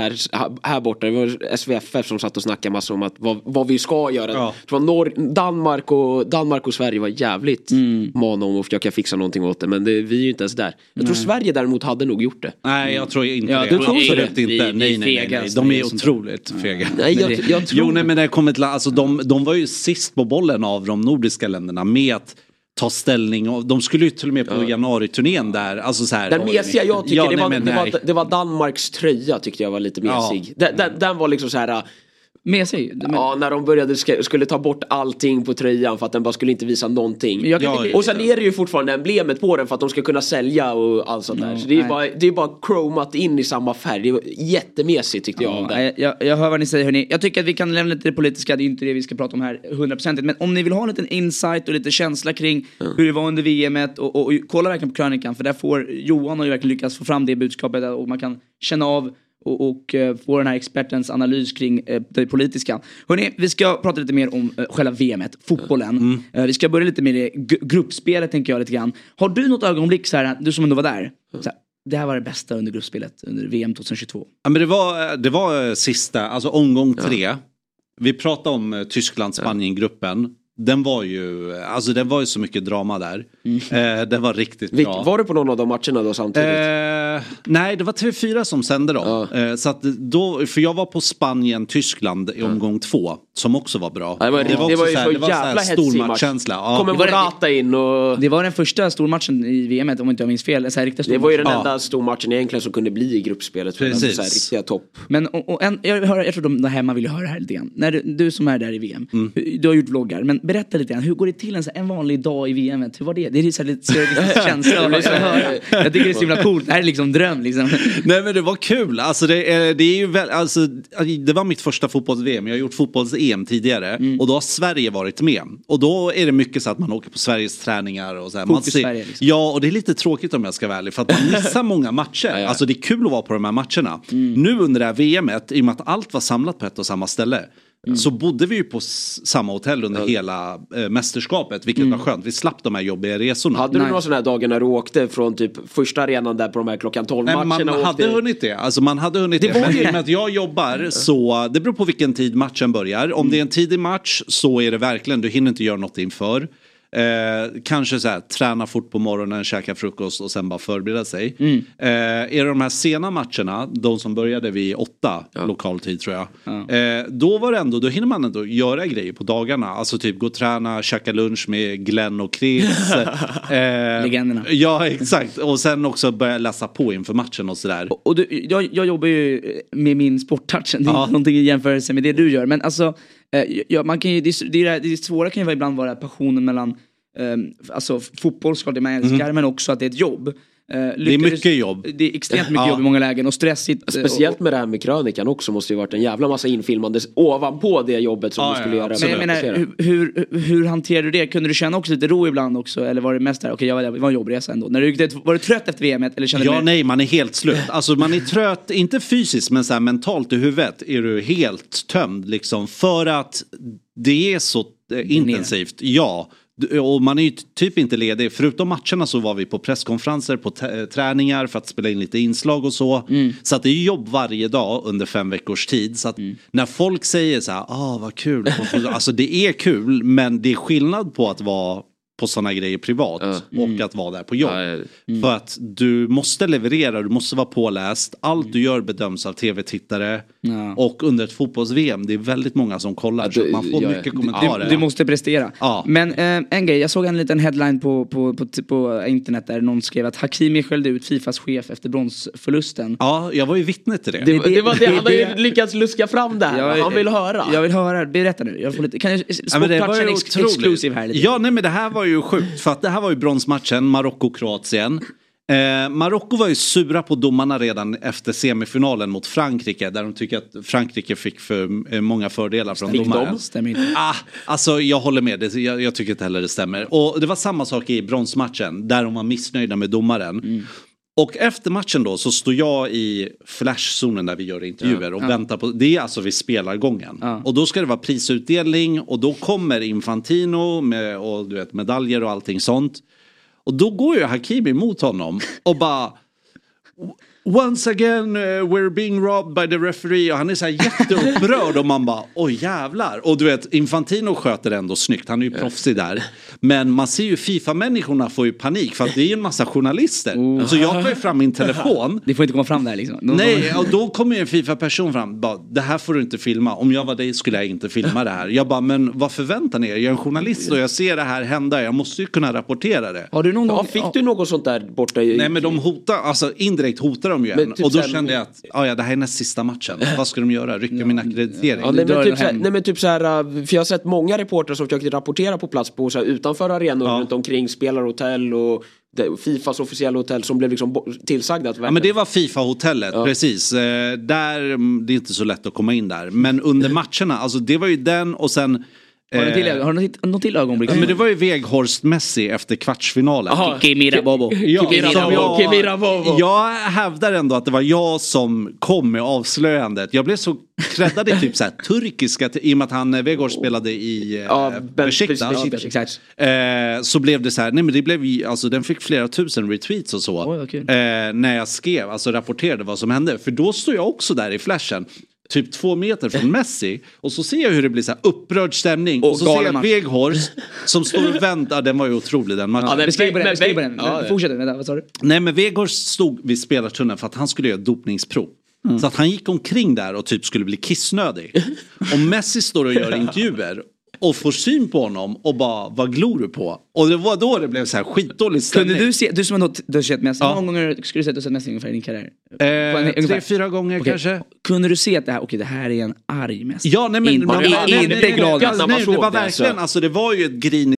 här, här borta. Det var S V F F som satt och snackade massor om att vad, vad vi ska göra. Ja. Det var Nor- Danmark, och, Danmark och Sverige var jävligt mm. man om att försöka fixa någonting åt det. Men det, vi är ju inte ens där. Jag tror nej. Sverige däremot hade nog gjort det. Nej, jag tror inte ja, det. Du tror absolut inte. inte. Nej, nej, nej, nej. De är otroligt fega. Nej, jag, jag tror... Jo, nej, men det kommer till, alltså, de, de var ju sist på bollen av de nordiska länderna med att ta ställning, och de skulle ju till och med på ja. januari-turnén där, alltså så här. Den mesiga jag tycker ja, det, var, nej, det, var, det var Danmarks tröja tyckte jag var lite mesig. Ja. Den, den, den var liksom så här mesig. Men... Ja, när de började sk- skulle ta bort allting på tröjan för att den bara skulle inte visa någonting. Ja, och sen är det ju fortfarande emblemet på den för att de ska kunna sälja och allt sånt där. Så det är bara, det är bara chromat in i samma färg. Det var jättemesigt tyckte jag. Ja, jag, jag, jag hör vad ni säger, hörni. Jag tycker att vi kan lämna lite det politiska, det är inte det vi ska prata om här hundra procent. Men om ni vill ha en liten insight och lite känsla kring mm. hur det var under V M-et och, och, och kolla verkligen på krönikan, för där får Johan och ju verkligen lyckas få fram det budskapet och man kan känna av och, och uh, få den här expertens analys kring uh, det politiska. Hörrni, vi ska prata lite mer om uh, själva V M-et, fotbollen. Mm. Uh, vi ska börja lite med det g- gruppspelet tänker jag lite grann. Har du något ögonblick så här, du som ändå var där, så här, det här var det bästa under gruppspelet under V M tjugohundratjugotvå? Ja, men det var, det var sista, alltså omgång tre. Ja. Vi pratade om uh, Tyskland-Spanien-gruppen. Den var ju, alltså det var ju så mycket drama där. Mm. Eh, det var riktigt Vil- bra. Var du på någon av de matcherna då samtidigt? Eh, nej, det var T V fyra som sände dem. Ja. Eh, så att då, för jag var på Spanien-Tyskland i omgång ja. två. Som också var bra. Ja, det var, det var, det var ju så, så jävla hetsig match. Ja. Kommer Morata in och... Det var den första stormatchen i V M om inte jag minns fel. Så här, riktigt det var ju den enda ja. stormatchen egentligen som kunde bli i gruppspelet. Precis. Så här, riktiga topp. Men och, och en, jag, hör, jag tror de där hemma vill höra det här lite grann. När du, du som är där i V M, mm. du har gjort vloggar. Men berätta lite grann, hur går det till en, så här, en vanlig dag i V M? Hur var det? Det är så här, lite så känsla av att höra. Jag tycker det är så himla coolt. Det här är liksom dröm liksom. Nej men det var kul. Alltså det, är, det är ju väl, alltså, det var mitt första fotbolls-V M. Jag har gjort fotbolls-E M tidigare. Mm. Och då har Sverige varit med. Och då är det mycket så att man åker på Sveriges träningar och så här. Man ser, Sverige, liksom. Ja, och det är lite tråkigt om jag ska vara ärlig. För att man missar många matcher. Ja, ja. Alltså det är kul att vara på de här matcherna. Mm. Nu under det här V M-et, i och med att allt var samlat på ett och samma ställe. Mm. Så bodde vi ju på s- samma hotell under mm. hela äh, mästerskapet. Vilket mm. var skönt, vi slapp de här jobbiga resorna. Hade du några sådana här dagar när du åkte från typ första arenan där på de här klockan tolv matcherna? Nej, man hade åkte... hunnit det, alltså man hade hunnit det, det. Men i och med att jag jobbar så, det beror på vilken tid matchen börjar. Om mm. det är en tidig match så är det verkligen, du hinner inte göra något inför. Eh, kanske så här, träna fort på morgonen, käka frukost och sen bara förbereda sig. Mm. Eh, är det de här sena matcherna, de som började vid åtta ja. lokal tid tror jag. Ja. Eh, då var det ändå, då hinner man ändå göra grejer på dagarna. Alltså typ gå och träna, käka lunch med Glenn och Chris. eh, Legenderna. Ja, exakt. Och sen också börja läsa på inför matchen och sådär. Och, och du, jag, jag jobbar ju med min sporttouch. Det är ja. någonting i jämförelse med det du gör. Men alltså ja, man kan ju, det, det, det svåra kan ju ibland vara passionen mellan um, alltså fotboll ska det man älskar mm. men också att det är ett jobb. Uh, det är mycket jobb. Det är extremt mycket ja. jobb i många lägen och stressigt. Speciellt och, med det här med krönikan också måste ju varit en jävla massa infilmande ovanpå det jobbet som ja, du skulle ja, göra. Men jag menar, hur, hur, hur hanterar du det? Kunde du känna också lite ro ibland också? Eller var det mest där, okej okay, jag var där, det var en jobbresa ändå. När du, var du trött efter V M-et? Eller kände ja du nej, man är helt slut. Alltså man är trött, inte fysiskt men så här, mentalt i huvudet är du helt tömd liksom. För att det är så eh, intensivt, ja. Och man är ju typ inte ledig. Förutom matcherna så var vi på presskonferenser, på t- träningar för att spela in lite inslag och så. Mm. Så att det är jobb varje dag under fem veckors tid. Så att mm. när folk säger så här, ah vad kul. Alltså det är kul, men det är skillnad på att vara på sådana grejer privat mm. och att vara där på jobb. Mm. För att du måste leverera, du måste vara påläst. Allt du gör bedöms av tv-tittare. Ja. Och under ett fotbolls-V M, det är väldigt många som kollar. Ja, du, så man får ja, mycket kommentarer. Du, du måste prestera. Ja. Men eh, en grej, jag såg en liten headline på, på, på, på internet där någon skrev att Hakimi skällde ut Fifas chef efter bronsförlusten. Ja, jag var ju vittne till det. Det, det, det var det, han har ju lyckats luska fram där. Jag, han vill höra. Jag vill höra, berätta nu. Jag får lite, kan jag, sporttouchen ja, ex- exclusive här lite. Ja, nej men det här var ju sjukt. För att det här var ju bronsmatchen, Marocko-Kroatien. Eh, Marocko var ju sura på domarna redan efter semifinalen mot Frankrike. Där de tycker att Frankrike fick för eh, många fördelar från Fick domaren. De? Stämmer inte. Ah, alltså jag håller med, det, jag, jag tycker inte heller det stämmer. Och det var samma sak i bronsmatchen. Där de var missnöjda med domaren. Mm. Och efter matchen då så står jag i flashzonen där vi gör intervjuer och ja. väntar på, det är alltså vid spelargången. Ja. Och då ska det vara prisutdelning och då kommer Infantino med och du vet medaljer och allting sånt. Och då går ju Hakimi mot honom och bara once again uh, we're being robbed by the referee. Och han är så här jätteupprörd och man bara, oj jävlar. Och du vet, Infantino sköter ändå snyggt. Han är ju proffsig där. Men man ser ju FIFA-människorna får ju panik. För att det är ju en massa journalister. Oh. Så jag tar ju fram min telefon. Det får inte komma fram där liksom. Någon Nej, och då kommer ju en FIFA-person fram. Bara, det här får du inte filma. Om jag var dig skulle jag inte filma det här. Jag bara, men vad förväntar ni er? Jag är en journalist och jag ser det här hända. Jag måste ju kunna rapportera det. Har du någon ja, fick du något sånt där borta i... Nej, men de hotar, alltså indirekt hotar de ju en. Typ och då kände jag att, ja, ja det här är näst sista matchen. Vad ska de göra? Rycka ja. min akkreditering? Ja, nej, men typ såhär, nej men typ så här, för jag har sett många reportrar som försökte rapportera på plats på så här, utanför arenor ja. runt omkring spelarhotell och FIFAs officiella hotell som blev liksom tillsagda att ja, men det var FIFA-hotellet, ja. precis. Där, det är inte så lätt att komma in där. Men under matcherna, alltså det var ju den och sen Har du till, har du något till ögonblick? Ja, men det var ju Weghorst Messi efter kvartsfinalen. Kimira Bobo. Ja, Kimira Bobo. Jag hävdar ändå att det var jag som kom med avslöjandet. Jag blev så kreddad i typ så här turkiska i och med att han Weghorst spelade i ja, eh, Besiktas. Ja, eh, så blev det så här, nej men det blev alltså den fick flera tusen retweets och så. Oh, okay. eh, när jag skrev, alltså rapporterade vad som hände. För då stod jag också där i flashen. Typ två meter från Messi. Och så ser jag hur det blir så här upprörd stämning. Och, och så ser jag Weghorst som står och väntar. Den var ju otrolig den matchen. Ja, men beskriv på den, beskriv på den. Ja, fortsätt, vänta, vad sa du? Nej, men Weghorst stod vid spelartunneln för att han skulle göra dopningsprov. Mm. Så att han gick omkring där och typ skulle bli kissnödig. Och Messi står och gör intervjuer. Och får syn på honom och bara, vad glor du på? Och det var då det blev så här skitdålig stämning. Kunde du se, du som har sett Messi, hur många gånger skulle du sett, du sett Messi ungefär i din karriär? Eh, en, tre, fyra gånger okay. kanske. Kunde du se att det här, okej det här är en arg Messi? Ja, nej men In, man, nej, nej, inte glad. Nej, nej, det var verkligen, alltså det var ju ett grin.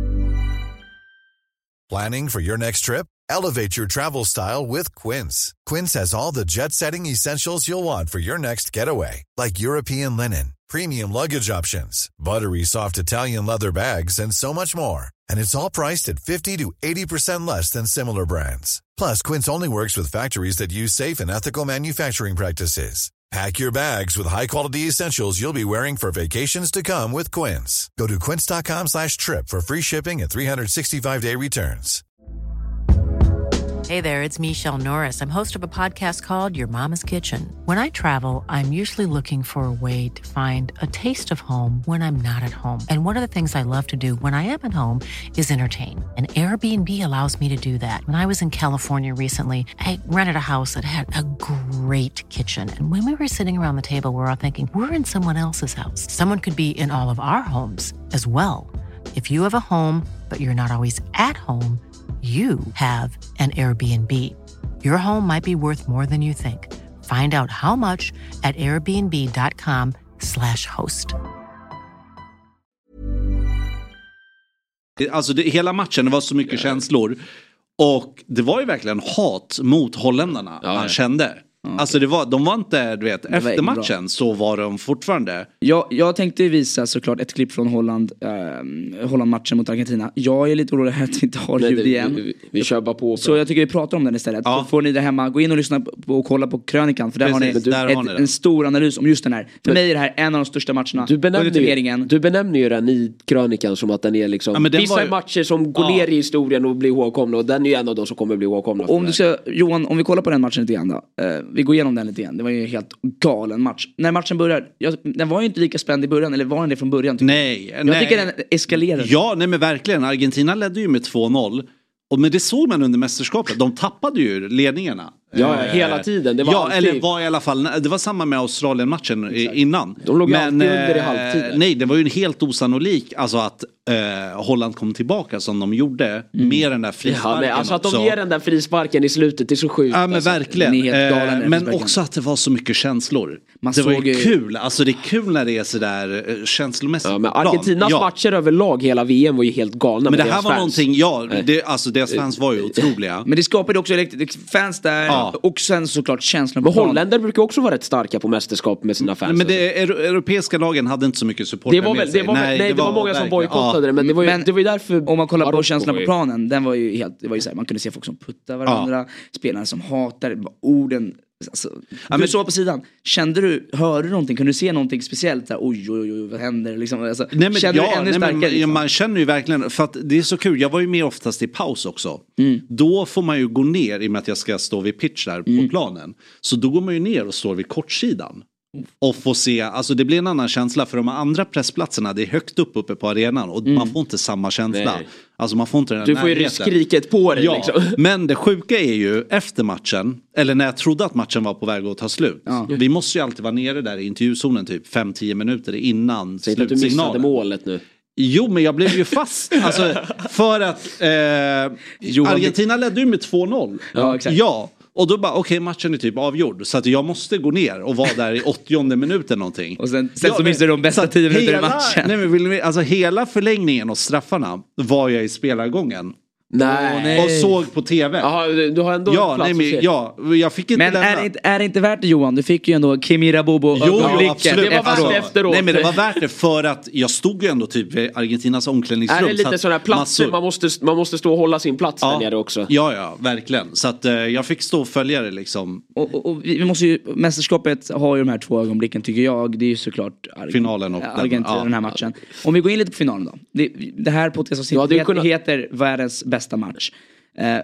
Planning for your next trip? Elevate your travel style with Quince. Quince has all the jet-setting essentials you'll want for your next getaway. Like European linen, premium luggage options, buttery soft Italian leather bags, and so much more. And it's all priced at fifty to eighty percent less than similar brands. Plus, Quince only works with factories that use safe and ethical manufacturing practices. Pack your bags with high-quality essentials you'll be wearing for vacations to come with Quince. Go to quince.com slash trip for free shipping and three sixty-five day returns. Hey there, it's Michelle Norris. I'm host of a podcast called Your Mama's Kitchen. When I travel, I'm usually looking for a way to find a taste of home when I'm not at home. And one of the things I love to do when I am at home is entertain. And Airbnb allows me to do that. When I was in California recently, I rented a house that had a great kitchen. And when we were sitting around the table, we were all thinking, we're in someone else's house. Someone could be in all of our homes as well. If you have a home, but you're not always at home, you have an Airbnb. Your home might be worth more than you think. Find out how much at airbnb.com slash host. Alltså det, hela matchen, det var så mycket känslor. Och det var ju verkligen hat mot holländarna ja, man kände. Okay. Alltså det var, de var inte, du vet, efter matchen bra. Så var de fortfarande. Jag, jag tänkte visa såklart ett klipp från Holland, eh, Holland-matchen mot Argentina. Jag är lite orolig att vi inte har ljud igen. Vi, vi kör bara på. Så jag tycker vi pratar om den istället. Ja. Så får ni där hemma, gå in och lyssna på, och kolla på krönikan. För där Precis, har ni, där ett, har ni en stor analys om just den här. För Men, mig är det här en av de största matcherna. Du benämner, ju, du benämner ju den i krönikan som att den är liksom, ja, den vissa var ju, matcher som går ja. ner i historien och blir ihågkomna. Och den är ju en av de som kommer bli ihågkomna. Om du ska, Johan, om vi kollar på den matchen lite grann då. Eh, vi går igenom den lite grann. Det var ju en helt galen match. När matchen började, jag, den var ju inte lika spänd i början, eller var den det från början? Nej. Jag nej. tycker den eskalerade. Ja, nej men verkligen. Argentina ledde ju med två noll. Och men det såg man under mästerskapet. De tappade ju ledningarna. Ja, hela tiden. Det var ja, alltid... eller var i alla fall, det var samma med Australien-matchen Exakt. innan. De låg men, alltid under i halvtiden. Nej, det var ju en helt osannolik, alltså att eh, Holland kom tillbaka som de gjorde mm. med den där frisparken. Ja, nej, alltså att de ger den där frisparken i slutet, det är så sjukt. Ja, men alltså. verkligen. Eh, men också att det var så mycket känslor. Man det var ju kul, alltså det är kul när det är sådär eh, känslomässigt. Ja, men Argentinas ja. matcher överlag hela V M var ju helt galna. Men det här var fans. någonting, ja, det, alltså deras fans var ju otroliga. Men det skapade också fans där ja. och sen så klart känslan. Men Holländer brukar också vara rätt starka på mästerskap med sina fans. Men det europeiska lagen hade inte så mycket support. Det var väl, det var, nej, nej, det var, var många som bojkottade ja. det, men det var ju, men, det var ju därför. Om man kollar på känslan på planen, den var ju helt, det var ju så här, man kunde se folk som puttar varandra, ja. spelare som hatar, orden Alltså, ja, du såg på sidan. Kände du, hörde du någonting? Kunde du se någonting speciellt? Så här, oj, oj, oj, vad händer? Liksom, alltså, nej, men, kände ja, du ännu nej, starkare? Men, liksom? Man känner ju verkligen, för att det är så kul. Jag var ju med oftast i paus också. Mm. Då får man ju gå ner, i och med att jag ska stå vid pitch där mm. på planen. Så då går man ju ner och står vid kortsidan. Och få se, alltså det blir en annan känsla. För de andra pressplatserna, det är högt upp uppe på arenan. Och mm. man får inte samma känsla. Nej. Alltså man får inte den du får ju skriket på dig ja, liksom. Men det sjuka är ju efter matchen, eller när jag trodde att matchen var på väg att ta slut. Ja. Vi måste ju alltid vara nere där i intervjuzonen typ fem till tio minuter innan så slutsignalen. Så att du missade målet nu. Jo, men jag blev ju fast. Alltså, för att eh, Argentina ledde ju med två noll. Ja, exakt. Ja. Och då bara, okej okay, matchen är typ avgjord. Så att jag måste gå ner och vara där i åttionde minuten någonting. Och sen, sen ja, så missade de bästa tio minuter i matchen. Nej, men vill ni, alltså hela förlängningen och straffarna var jag i spelargången. Nej. Och såg på tv. Jaha, du har ändå ja, plats nej, men, ja, jag fick inte men lämna. är det, inte, är det inte värt det, Johan? Du fick ju ändå Kimi Rabobo. Jo, jo absolut. Det var värt det efteråt. Nej, men det var värt det för att jag stod ju ändå typ vid Argentinas omklädningsrum. Är det lite sådana platser man måste, man måste stå och hålla sin plats ja, där nere också? Ja, ja, verkligen. Så att eh, jag fick stå och följa det liksom. Och, och, och vi måste ju, mästerskapet har ju de här två ögonblicken tycker jag. Det är ju såklart Arg- finalen och Argentina den, ja. den här matchen. Om vi går in lite på finalen då. Det, det här podcastet ja, kunna... heter världens bästa match. Uh,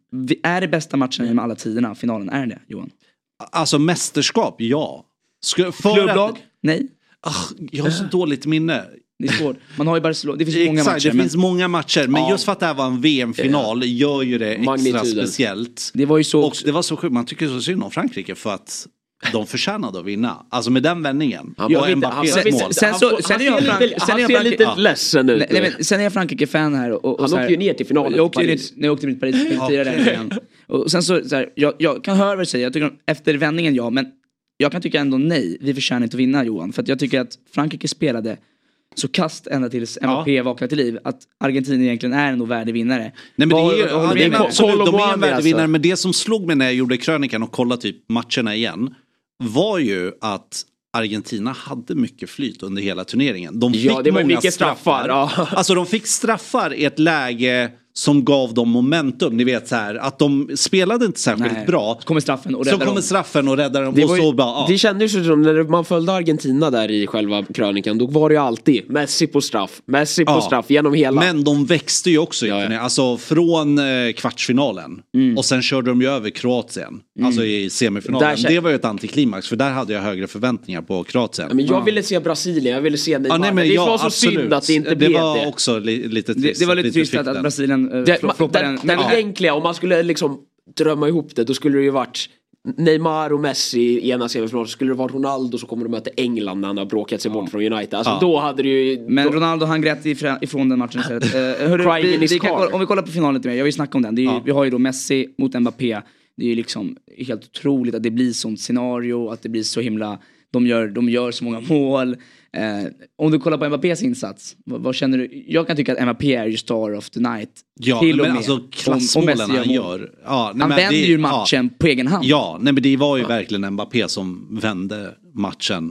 är det bästa matchen genom alla tiderna? Finalen, är det Johan? Alltså mästerskap, ja. Ska, för Klubblag? Att... Nej. Uh, jag har så dåligt minne. Det är svårt. Man har ju Barcelona. Det finns Exakt, många matcher. Det men... finns många matcher. Men ja. just för att det här var en V M-final ja. gör ju det extra Magnituden. speciellt. Det var ju så. Och det var så sjukt. Man tycker så synd om Frankrike för att de förtjänade att vinna. Alltså med den vändningen. Han var inte, han, sen, mål. Sen, så, han, sen är jag Frank, lite, sen är jag lite ja. ledsen nu. Nej, nej, men, sen är jag Frankrike-fan här. Och, och han så åkte ju ner till finalen. Jag åkte ju ner, åkte till Paris. Okay. Och sen så, så här, jag, jag kan höra vad du säger. Jag tycker efter vändningen ja. Men jag kan tycka ändå nej. Vi förtjänar inte att vinna, Johan. För att jag tycker att Frankrike spelade så kast ända tills M Bappé ja. vaknade till liv. Att Argentina egentligen är en värdevinnare. Nej, men det är ju ja, det är absolut, de är en värdevinnare. Alltså. Men det som slog mig när jag gjorde krönikan och kollade typ matcherna igen var ju att Argentina hade mycket flyt under hela turneringen. De fick ja, det var många mycket straffar. straffar. Ja. Alltså de fick straffar i ett läge som gav dem momentum. Ni vet så här att de spelade inte särskilt Nej. bra. Så kommer straffen och räddar Så kommer straffen och räddar dem. Det, och så ju, bara, ja. det kändes ju som när man följde Argentina där i själva krönikan. Då var det ju alltid Messi på straff. Messi på ja. straff genom hela. Men de växte ju också. Ja, ja. Alltså från eh, kvartsfinalen. Mm. Och sen körde de ju över Kroatien. Mm. Alltså i semifinalen. Där, det var ju ett antiklimax. För där hade jag högre förväntningar på Kroatien. Ja, men jag ja. ville se Brasilien. Jag ville se Neymar. Ja, nej, men, det ja, var så absolut. synd att det inte det blev det. Det var också li- lite trist. Det, det var lite trist att, att Brasilien äh, det, floppade. Den, den ja. egentliga, om man skulle liksom drömma ihop det, då skulle det ju varit Neymar och Messi i ena semifinalen. Skulle det varit Ronaldo så kommer de möta England när han har bråkat sig ja. bort från United. Alltså ja. då hade det ju... Men då... Ronaldo han grät ifrån, ifrån den matchen. uh, hörru, vi, vi kan, om vi kollar på finalen lite mer, jag vill snacka om den. Det är ju, ja. Vi har ju då Messi mot Mbappé. Det är ju liksom helt otroligt att det blir sånt scenario, att det blir så himla... De gör, de gör så många mål. Eh, om du kollar på Mbappés insats, vad, vad känner du? Jag kan tycka att Mbappé är ju star of the night. Ja, till men alltså klassmålen han gör. gör. Ja, nej, han men vänder det, ju matchen ja. på egen hand. Ja, nej, men det var ju ja. verkligen Mbappé som vände matchen.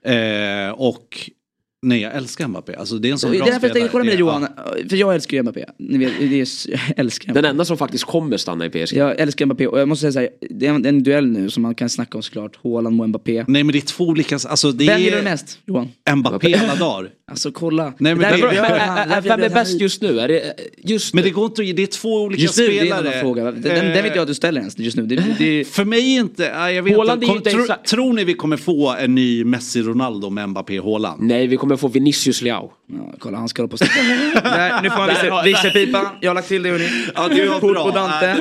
Eh, och nej, jag älskar Mbappé. Alltså, det är en sån det bra är därför jag tänkte kolla med dig, Johan. Ja. För jag älskar ju Mbappé. Ni vet, det är, jag älskar Mbappé. Den enda som faktiskt kommer stanna i P S G. Jag älskar Mbappé. Och jag måste säga så här, det är en, en duell nu som man kan snacka om såklart. Haaland mot Mbappé. Nej, men det är två olika... Alltså, det vem är... gillar du mest, Johan? Mbappé alla dagar. Alltså kolla. Nej, men det, det, är, vem är bäst just nu? Är det just men det går inte... Det är två olika just nu, spelare. Det är en fråga. Den, den vet jag att du ställer ens just nu. Det, det... För mig inte... Jag vet inte. Kom, tro, tror ni vi kommer få en ny Messi-Ronaldo med Mbappé Haaland? Nej, vi kommer få Vinicius Leao. Ja, kolla, han ska hålla på sig. Nu får han visa pipa. Jag har lagt till det, hörni. Ja, det var bra. På Dante.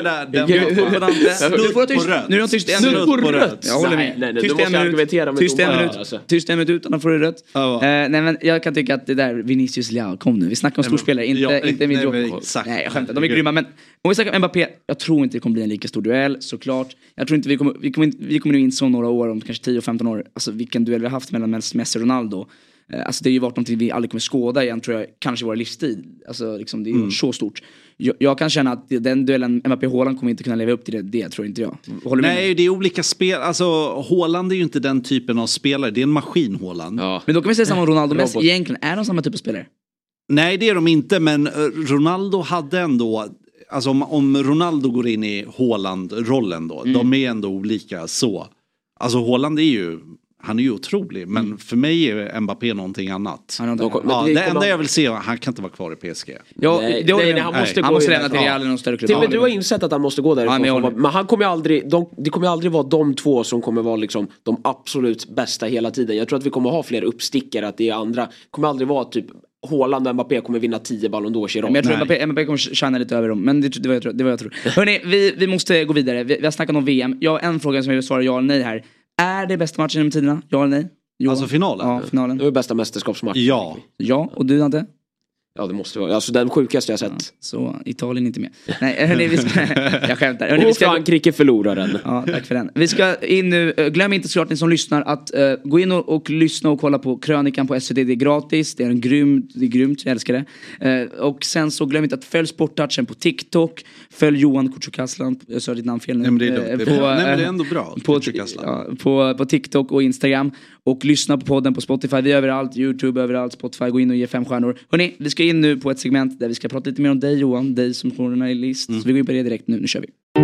På Dante. Du får tyst. Nu är de tyst en minut. på rött. Jag håller med. Tyst en minut. Tyst en minut. Tyst en minut utan att få det rött. Nej, men jag kan tycka att det där Vinicius Leao, kom nu. Vi snackar om storspelare, inte inte min jobb. Nej, jag skämtar. De är grymma, men om vi snackar om Mbappé, jag tror inte det kommer bli en lika stor duell, såklart. Jag tror inte vi kommer vi kommer vi kommer nu in så några år, om kanske tio femton år. Alltså vilken duell vi har haft mellan Messi och Ronaldo. Alltså det är ju varit någonting vi aldrig kommer skåda igen, tror jag, kanske i vår livstid. Alltså liksom, det är mm. så stort. Jag, jag kan känna att den duellen Mbappé Haaland kommer inte kunna leva upp till det, det tror inte jag. Håller Nej, med? Det är olika spel. Alltså Haaland är ju inte den typen av spelare, det är en maskin Haaland. Ja. Men då kan vi säga samma om Ronaldo och Messi. Egentligen är de samma typ av spelare. Nej, det är de inte, men Ronaldo hade ändå, alltså om, om Ronaldo går in i Haaland-rollen då, mm. de är ändå olika så. Alltså Haaland är ju, han är ju otrolig. Men mm. för mig är Mbappé någonting annat. Han de, ja, det, det enda jag vill se, han kan inte vara kvar i P S G. Ja, nej, det, nej, nej, han måste, han måste lämna till Real eller någon större klubb. Men du har insett att han måste gå därifrån. Ja, men, men han kommer aldrig, de, det kommer aldrig vara de två som kommer vara liksom de absolut bästa hela tiden. Jag tror att vi kommer ha fler uppstickare, att det är andra. kommer aldrig vara typ Haaland och Mbappé kommer vinna tio Ballon d'Or i rad. Men jag tror att Mbappé, Mbappé kommer tjäna lite över dem. Men det, det, var, jag tror, det var jag tror. Hörrni, vi, vi måste gå vidare. Vi, vi har snackat om V M. Jag har en fråga som jag vill svara ja eller nej här. Är det bästa matchen genom tiderna? Ja eller nej? Jo. Alltså finalen? Ja, finalen. Det är bästa mästerskapsmatchen. Ja. Ja, och du Dante? Ja, det måste vara. Alltså den sjukaste jag sett. Ja, så Italien inte med. Nej, hörni, vi ska... jag skämtar. Hörni, och vi ska... Frankrike förlorar den. Ja, tack för den. Vi ska in nu. Glöm inte såklart ni som lyssnar att uh, gå in och, och lyssna och kolla på krönikan på S V T. Det är gratis. Det är en grym, det är grymt. Jag älskar det. Uh, och sen så glöm inte att följ Sporttouchen på TikTok. Följ Johan Kuchukaslan. Jag sa ditt namn fel nu. Nej, men det är, uh, det är, på, Nej, men det är ändå bra. På, ja, på, på TikTok och Instagram. Och lyssna på podden på Spotify. Vi är överallt. YouTube överallt. Spotify. Gå in och ge fem stjärnor. Hörrni, vi ska in nu på ett segment där vi ska prata lite mer om dig Johan. Dig som journalist. Mm. Så vi går in på det direkt nu. Nu kör vi.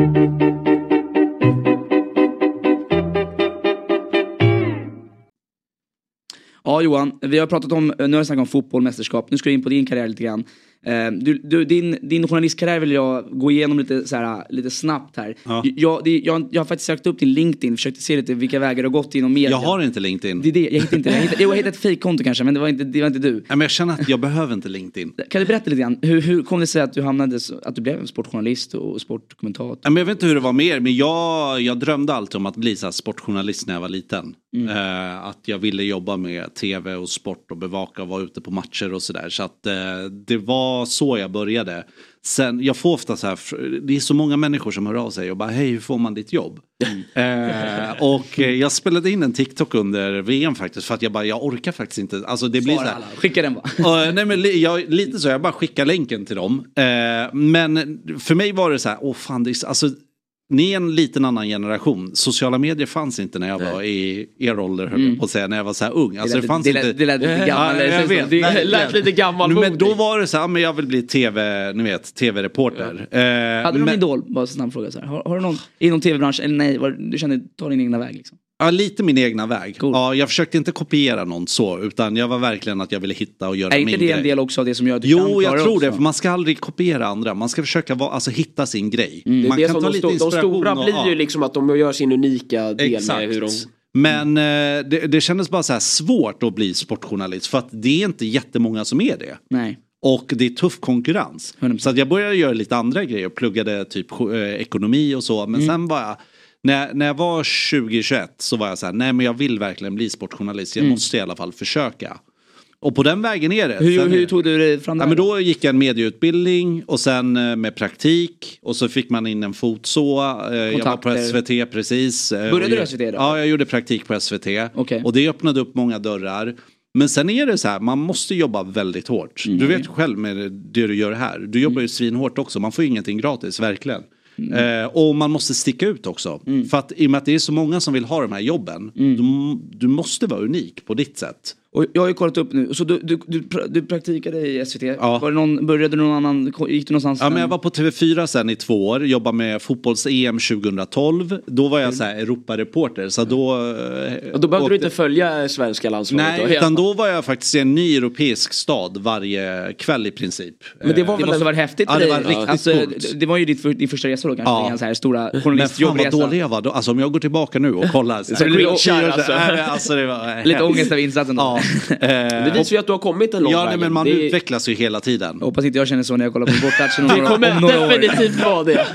Ja Johan, vi har pratat om, nu har jag snackat om fotboll, mästerskap. Nu ska du in på din karriär lite grann. Du, du, din, din journalistkarriär vill jag gå igenom lite, så här, lite snabbt här. Ja. Jag, det, jag, jag har faktiskt sökt upp din LinkedIn, försökte se lite vilka vägar du har gått inom media. Jag har inte LinkedIn. Det är det, jag hittade inte. Jag hittade, jag hittade ett fejkkonto kanske, men det var inte, det var inte du. Nej, men jag känner att jag behöver inte LinkedIn. Kan du berätta lite grann, hur, hur kom det sig att du hamnade, att du blev en sportjournalist och sportkommentator? Ja, men jag vet inte hur det var mer, men jag, jag drömde alltid om att bli så här sportjournalist när jag var liten. Mm. Uh, att jag ville jobba med tv och sport och bevaka och vara ute på matcher och sådär. Så att uh, det var så jag började. Sen, jag får ofta så här, det är så många människor som hör av sig och bara, hej, hur får man ditt jobb? Mm. Uh, och uh, jag spelade in en TikTok under V M faktiskt, för att jag bara, jag orkar faktiskt inte. Alltså det blir så här, skicka den bara. uh, nej men jag, lite så, jag bara skickar länken till dem. Uh, men för mig var det så här, åh fan, det är, alltså ni är en liten annan generation. Sociala medier fanns inte när jag var i er ålder, höll jag på att säga, när jag var så här ung. Alltså det, det fanns det, inte... Det lät lite gammal. Ja, jag vet. Det lät lite gammal. Men då var det så här, men jag vill bli tv, ni vet, tv-reporter. Ja. Eh, Hade du någon idol? Bara snabb fråga så här. Har, har du någon inom tv-branschen, eller nej, var, du kände, ta din egna väg liksom? Ja, lite min egna väg. Cool. Ja, jag försökte inte kopiera någon så, utan jag var verkligen att jag ville hitta och göra min grej. Är inte det en del också av det som gör att du jo, kan Jo, jag tror också? det, för man ska aldrig kopiera andra. Man ska försöka vara, alltså, hitta sin grej. Mm. Man det kan ta de lite sto- inspiration. De stora och, blir ja. ju liksom att de gör sin unika del. Exakt. Med hur de... Men eh, det, det kändes bara så här svårt att bli sportjournalist, för att det är inte jättemånga som är det. Nej. Och det är tuff konkurrens. hundra procent. Så att jag började göra lite andra grejer. Pluggade typ eh, ekonomi och så. Men mm. sen var jag, när, när jag var tjugo tjugoett så var jag så här, nej men jag vill verkligen bli sportjournalist. Jag mm. måste i alla fall försöka. Och på den vägen är det. Hur, sen, hur tog du det fram där? Ja, men då gick jag en medieutbildning och sen med praktik. Och så fick man in en fot så. Jag var på S V T precis. Började du S V T då? Ja, jag gjorde praktik på S V T. Okay. Och det öppnade upp många dörrar. Men sen är det så här, man måste jobba väldigt hårt. Mm. Du vet själv med det du gör här. Du jobbar ju svinhårt också. Man får ju ingenting gratis, verkligen. Mm. Eh, och man måste sticka ut också. Mm. För att i och med att det är så många som vill ha de här jobben. Mm. Du, du måste vara unik på ditt sätt. Och jag har ju kollat upp nu. Så du, du, du, du praktikade i S V T. Ja. Var det någon, började du någon annan? Gick du någonstans? Ja, men jag var på T V fyra sen i två år. Jobbade med fotbolls-E M tjugohundratolv. Då var jag så här Europareporter. Så då... Och då behövde åkte... du inte följa svenska landslaget? Nej, då, utan då var jag faktiskt i en ny europeisk stad varje kväll i princip. Men det var väl det måste varit häftigt för ja, det dig? var riktigt alltså, coolt. Det var ju ditt, din första resa då kanske? Ja. En så här stora journalistjobbresa. Men fan vad dålig jag var. Alltså om jag går tillbaka nu och kollar. Så, så här, alltså. alltså, det var lite ångest av insatsen då. Ja. Det visar ju att du har kommit en lång ja, väg. Ja, men man det... utvecklas ju hela tiden. Jag hoppas inte jag känner så när jag kollar på Sporttouchen om, några, kommer om några år. definitivt vara det.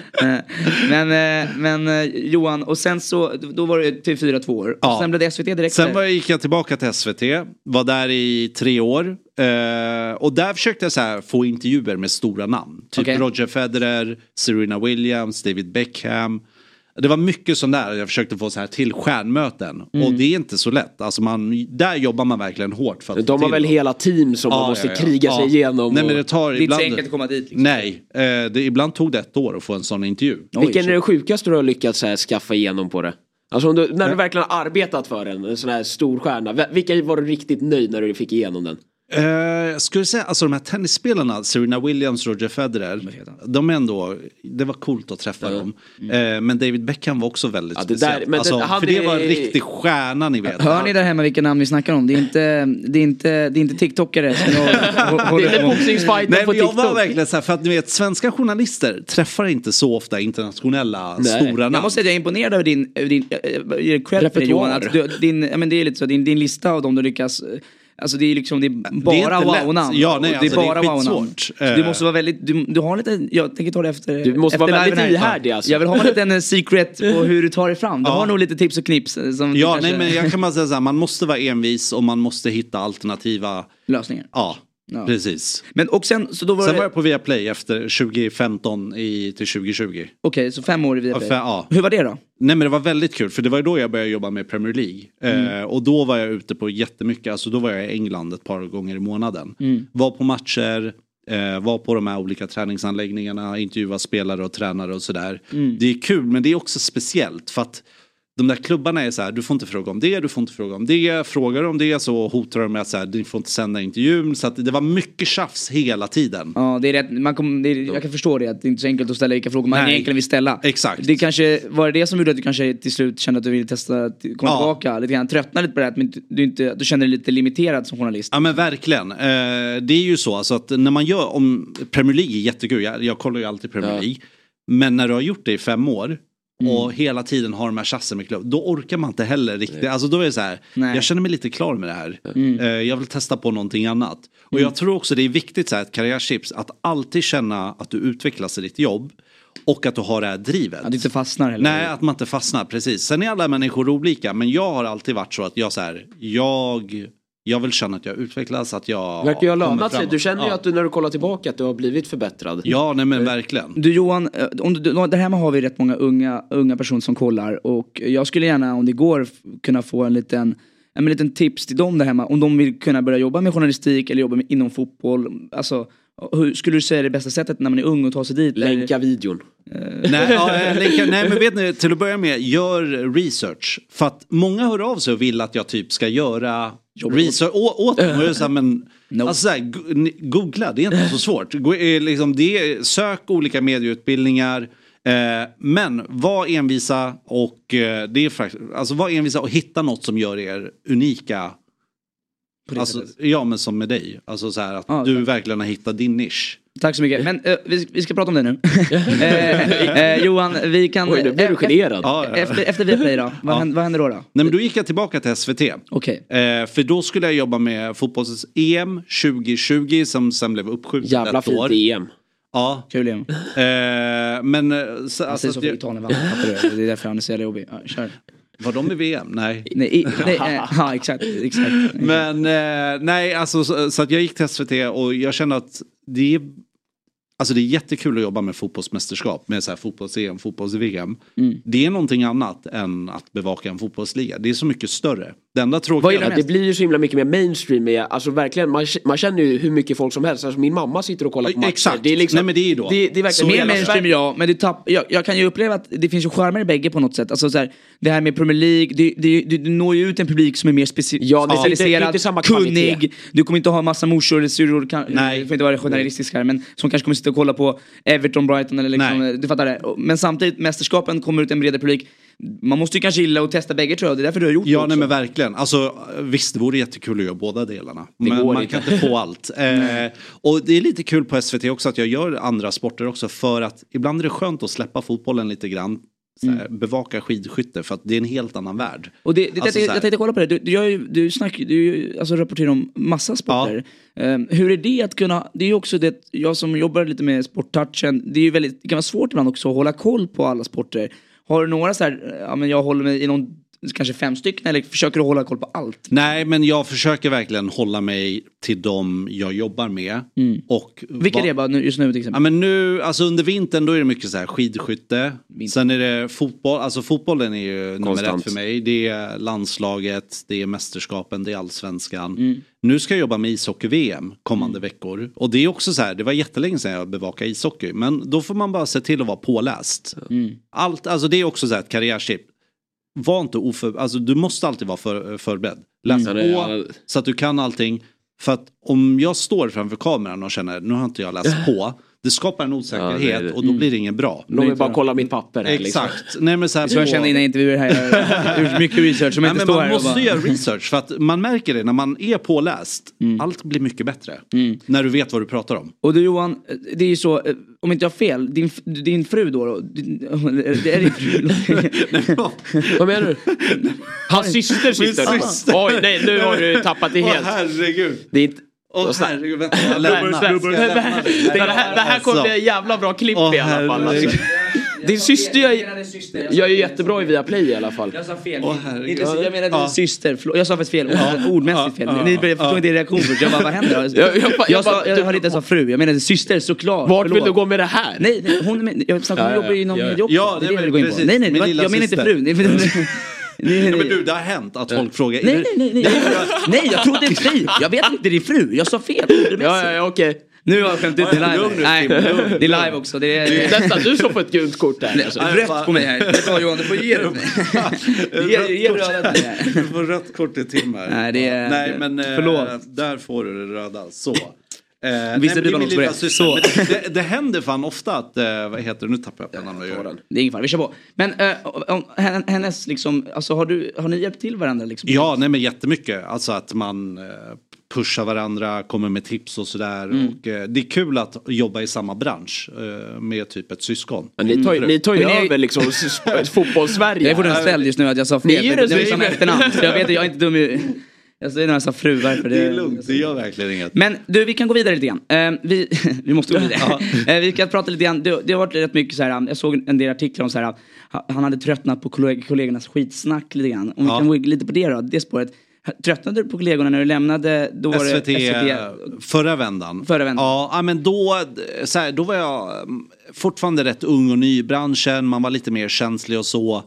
men, men Johan, och sen så, då var det T V fyra två år. Ja. Och sen blev det S V T direkt. Sen var, gick jag tillbaka till S V T. Var där i tre år. Uh, och där försökte jag så här, få intervjuer med stora namn. Typ okay. Roger Federer, Serena Williams, David Beckham. Det var mycket sånt där. Jag försökte få så här till stjärnmöten. Mm. Och det är inte så lätt. Alltså man, där jobbar man verkligen hårt för att de har väl dem. Hela team som ja, man måste ja, ja. kriga ja. sig igenom. Nej, men det tar det är ibland... inte enkelt att komma dit. Liksom. Nej, eh, det, ibland tog det ett år att få en sån intervju. Vilken är det sjukaste du har lyckats så här, skaffa igenom på det? Alltså om du, när du verkligen har arbetat för en, en sån här stor stjärna. Vilka var du riktigt nöjd när du fick igenom den? Uh, jag skulle säga, alltså de här tennisspelarna, Serena Williams, Roger Federer, de är ändå, det var coolt att träffa mm. dem. Uh, men David Beckham var också väldigt ja, speciellt. Där, alltså, det, för det var en riktig stjärna, ni vet. Hör ni där hemma vilka namn vi snackar om? Det är inte, det är inte, det är inte TikTokare. Det är boxningsfighten på TikTok. Jag var verkligen så här, för att ni vet, svenska journalister träffar inte så ofta internationella Nej. stora namn. Jag måste säga att jag är imponerad över din, över din äh, cred för Johan. Att du, din, ja, men det är lite så, din, din lista av dem du lyckas... Alltså det är liksom, det är bara wow-namn. Ja, nej, alltså det är bara det är wow-namn. Så du måste vara väldigt, du, du har lite, jag tänker ta det efter. Du måste efter vara väldigt ihärdig alltså. Jag vill ha en liten secret på hur du tar dig fram. Du ja. har nog lite tips och knips. Som ja, kanske... nej men jag kan bara säga så här, man måste vara envis och man måste hitta alternativa lösningar. Ja. Ja. Precis. Men och sen så då var sen det... var jag på Viaplay efter tjugo femton i, till tjugo tjugo. Okej, okay, så fem år i Viaplay. Ja, fem, ja. Hur var det då? Nej men det var väldigt kul för det var då jag började jobba med Premier League. Mm. Eh, och då var jag ute på jättemycket, alltså då var jag i England ett par gånger i månaden. Mm. Var på matcher, eh, var på de här olika träningsanläggningarna, intervjua spelare och tränare och sådär. Mm. Det är kul men det är också speciellt för att de där klubbarna är så här, du får inte fråga om det, du får inte fråga om det, frågar om det så hotar de med att så här, du får inte sända intervjun, så att det var mycket tjafs hela tiden. Ja, det är rätt, man kom, det är, jag kan förstå det, att det är inte så enkelt att ställa vilka frågor man Nej. egentligen vill ställa. Exakt. Det kanske, var det det som gjorde att du kanske till slut kände att du ville testa, komma ja. tillbaka, lite grann, tröttna lite på det här, men du, inte, du känner dig lite limiterad som journalist? Ja men verkligen, eh, det är ju så alltså att när man gör, om Premier League är jättekul, jag, jag kollar ju alltid Premier League, ja. men när du har gjort det i fem år, Mm. och hela tiden har de här chassen med klubb, då orkar man inte heller riktigt, alltså då är det så här, Nej. jag känner mig lite klar med det här, mm. uh, jag vill testa på någonting annat och mm. jag tror också det är viktigt så här, ett karriärtips, att alltid känna att du utvecklas i ditt jobb och att du har det här drivet. Att du inte fastnar heller. Nej, att man inte fastnar, precis. Sen är alla människor olika, men jag har alltid varit så att jag så här, jag Jag vill känna att jag utvecklas, att jag verkar ju ha lönat sig. Du känner ju ja. att du när du kollar tillbaka att du har blivit förbättrad. Ja, nej men verkligen. Du Johan, om du, där hemma har vi rätt många unga, unga personer som kollar. Och jag skulle gärna, om det går, kunna få en liten, en liten tips till dem där hemma. Om de vill kunna börja jobba med journalistik eller jobba med, inom fotboll. Alltså, hur skulle du säga det bästa sättet när man är ung och tar sig dit? Länka videon. nej, ja, länka, nej men vet ni, till att börja med, gör research. För att många hör av sig och vill att jag typ ska göra research å, åt dem. Och så här, men, no. alltså så här, googla, det är inte så svårt. Gå, liksom, det är, sök olika medieutbildningar. Eh, men var envisa och eh, det är alltså var envisa och hitta något som gör er unika. Alltså, ja men som med dig. Alltså så här att ah, du tack. verkligen har hittat din nisch. Tack så mycket. Men uh, vi, vi ska prata om det nu. eh, eh, Johan, vi kan... Oj, nu blir du generad. Efter, efter, efter Viaplay då? Vad, ja. händer, vad händer då då? Nej men då gick jag tillbaka till S V T. Okej. Okay. Eh, för då skulle jag jobba med fotbolls-E M tjugo tjugo som sen blev uppskjutet Jävla ett år. fint E M. Ja. Kul igen. Eh, men... Så, alltså, så för jag... Italien vann, det är därför han är så jävla jobbig. Ja, kör. Var de i V M? Nej. Nej, i, nej äh, ja, exakt, exakt. Men eh, nej, alltså så, så att jag gick till S V T och jag kände att det är, alltså det är jättekul att jobba med fotbollsmästerskap, med så här fotbolls-E M, fotbolls-V M. Mm. Det är någonting annat än att bevaka en fotbollsliga. Det är så mycket större. Det enda tråkiga är att det blir ju så himla mycket mer mainstream med, alltså verkligen, man, man känner ju hur mycket folk som helst. Alltså min mamma sitter och kollar på matcher. Exakt, det är liksom, nej men det är då. Det, det är verkligen mer mainstream, ja, men det tapp, jag, jag kan ju uppleva att det finns ju charmer i bägge på något sätt. Alltså så här, det här med Premier League, det, det, det, det når ju ut en publik som är mer speci- ja, det specialiserad, inte, inte kunnig. Kvalitet. Du kommer inte ha en massa morsor eller syror, kan, nej. Det får inte vara generalistisk här, men som kanske kommer sitta och kolla på Everton, Brighton eller liksom, du fattar det. Men samtidigt, mästerskapen kommer ut en bredare publik. Man måste ju kanske gilla och testa bägge, tror jag. Det är därför du har gjort ja, det också. Nej men verkligen. Alltså visst, det vore jättekul att göra båda delarna. Det men man inte. kan inte få allt. eh, och det är lite kul på S V T också att jag gör andra sporter också, för att ibland är det skönt att släppa fotbollen lite grann. Såhär, mm. bevaka skidskytte, för att det är en helt annan värld. Och det, det, alltså, jag, jag tänkte kolla på det. Du, du, gör ju, du, snack, du alltså, rapporterar om massa sporter. Ja. Um, hur är det att kunna... Det är ju också det, jag som jobbar lite med sporttouchen, det är ju väldigt, det kan vara svårt ibland också att hålla koll på alla sporter. Har du några så här, ja men jag håller mig i någon, kanske fem stycken, eller försöker du hålla koll på allt? Nej, men jag försöker verkligen hålla mig till dem jag jobbar med. Mm. Och vilka va- är det bara nu, just nu till exempel? Ja men nu, alltså under vintern då är det mycket så här skidskytte. Vinter. Sen är det fotboll, alltså fotbollen är ju nummer ett för mig. Det är landslaget, det är mästerskapen, det är allsvenskan. Mm. Nu ska jag jobba med ishockey-V M kommande mm. veckor. Och det är också så här, det var jättelänge sedan jag bevakade ishockey. Men då får man bara se till att vara påläst. Mm. Allt, alltså det är också så här ett karriärship. Var inte oför, alltså du måste alltid vara för, förberedd. Läs mm. på så att du kan allting. För att om jag står framför kameran och känner, nu har inte jag läst på. Det skapar en osäkerhet ja, det det. och då blir det ingen bra. De vill bara kolla mitt papper här. Exakt. Liksom. Nej, men så här, så jag känner innan intervjuer här. Jag har gjort mycket research som Nej, inte men står man här. Man måste bara... göra research för att man märker det när man är påläst. Mm. Allt blir mycket bättre. Mm. När du vet vad du pratar om. Och du Johan, det är ju så, om inte jag har fel, din, din fru då, då det är din fru. Vad menar du? Hans syster sitter. syster. Oj, nej, nu har du tappat det helt. Åh, herregud. Det är inte... Åh oh, herregud, vänta, jag lämnar. Det här kommer bli en jävla bra klipp oh, i alla fall. Alltså. Din syster gör, gör ju jättebra i Viaplay i alla fall. Jag sa fel. Oh, inte, jag menar din ja. syster. Jag sa faktiskt fel. Ja. Ordmässigt fel. Ja. Ni förstod inte reaktion först. Jag bara, vad händer då? Jag, jag, jag, jag, sa, jag hörde inte ens fru. Jag menar din syster, såklart. Vart vill du gå med det här? Nej, nej hon, jag sa, hon ja, jobbar ju inom ja, jobb. Ja, det är det precis. Nej, nej, nej jag menar inte fru. Nej, nej, nej, nej. Men du, det har hänt att folk frågar. Nej, nej, nej. Nej, nej jag trodde inte dig. Jag vet inte din fru. Jag sa fel. Ja, ja, okej. Nu har jag skämt ut det live. Nej, det är live också. Det är, det är nästan du som får ett gult kort där. Alltså. Rött på mig här. Det var Johan, du får ge det mig. Ge, ge röda till mig. Du får rött kort till Tim här. Nej, det är... Nej, men förlåt. Där får du det röda. Så. Eh, Visste du vad något det, så. det, det händer fan ofta att, eh, vad heter det, nu tappar jag pennan och gör den. Det är ingen fara, vi kör på. Men eh, om, hennes liksom, alltså har, du, har ni hjälpt till varandra liksom? Ja, nej men jättemycket. Alltså att man eh, pushar varandra, kommer med tips och sådär. Mm. Och eh, det är kul att jobba i samma bransch eh, med typ ett syskon. Men ni tar, mm. ni tar ju över ni... liksom fotboll-Sverige. Jag är fortfarande ställd just nu att jag sa fel. Ni är det, det är som efternamn. Jag vet, jag är inte dum i... Jag säger några så fruar för det. Det är lugnt, det gör verkligen inget. Men du, vi kan gå vidare lite grann. Uh, vi, vi måste gå vidare. Ja. uh, vi kan prata lite grann. Det, det har varit rätt mycket så här. Jag såg en del artiklar om så här. Han hade tröttnat på kolleg- kollegornas skitsnack lite grann. Om ja. vi kan gå lite på det då, det spåret. Tröttnade du på kollegorna när du lämnade då S V T, S V T förra vändan? Förra vändan. Ja, men då, så här, då var jag fortfarande rätt ung och ny i branschen. Man var lite mer känslig och så.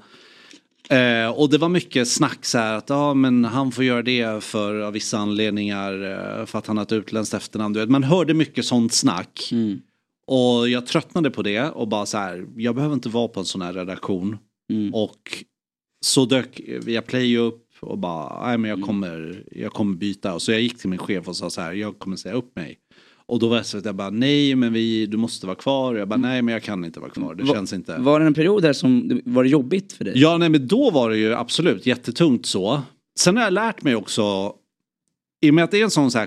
Eh, och det var mycket snack så här att ja, men han får göra det för av vissa anledningar eh, för att han har ett utländskt efternamn. Du vet, man hörde mycket sånt snack. Mm. Och jag tröttnade på det och bara så här, jag behöver inte vara på en sån här redaktion. Mm. Och så dök Viaplay upp och bara, nej men jag kommer, jag kommer byta. Och så jag gick till min chef och sa så här, jag kommer säga upp mig. Och då var jag så att jag bara, nej men vi, du måste vara kvar. Och jag bara, nej men jag kan inte vara kvar, det var, känns inte. Var det en period där som var det jobbigt för dig? Ja, nej men då var det ju absolut jättetungt så. Sen har jag lärt mig också, i och med att det är en sån så här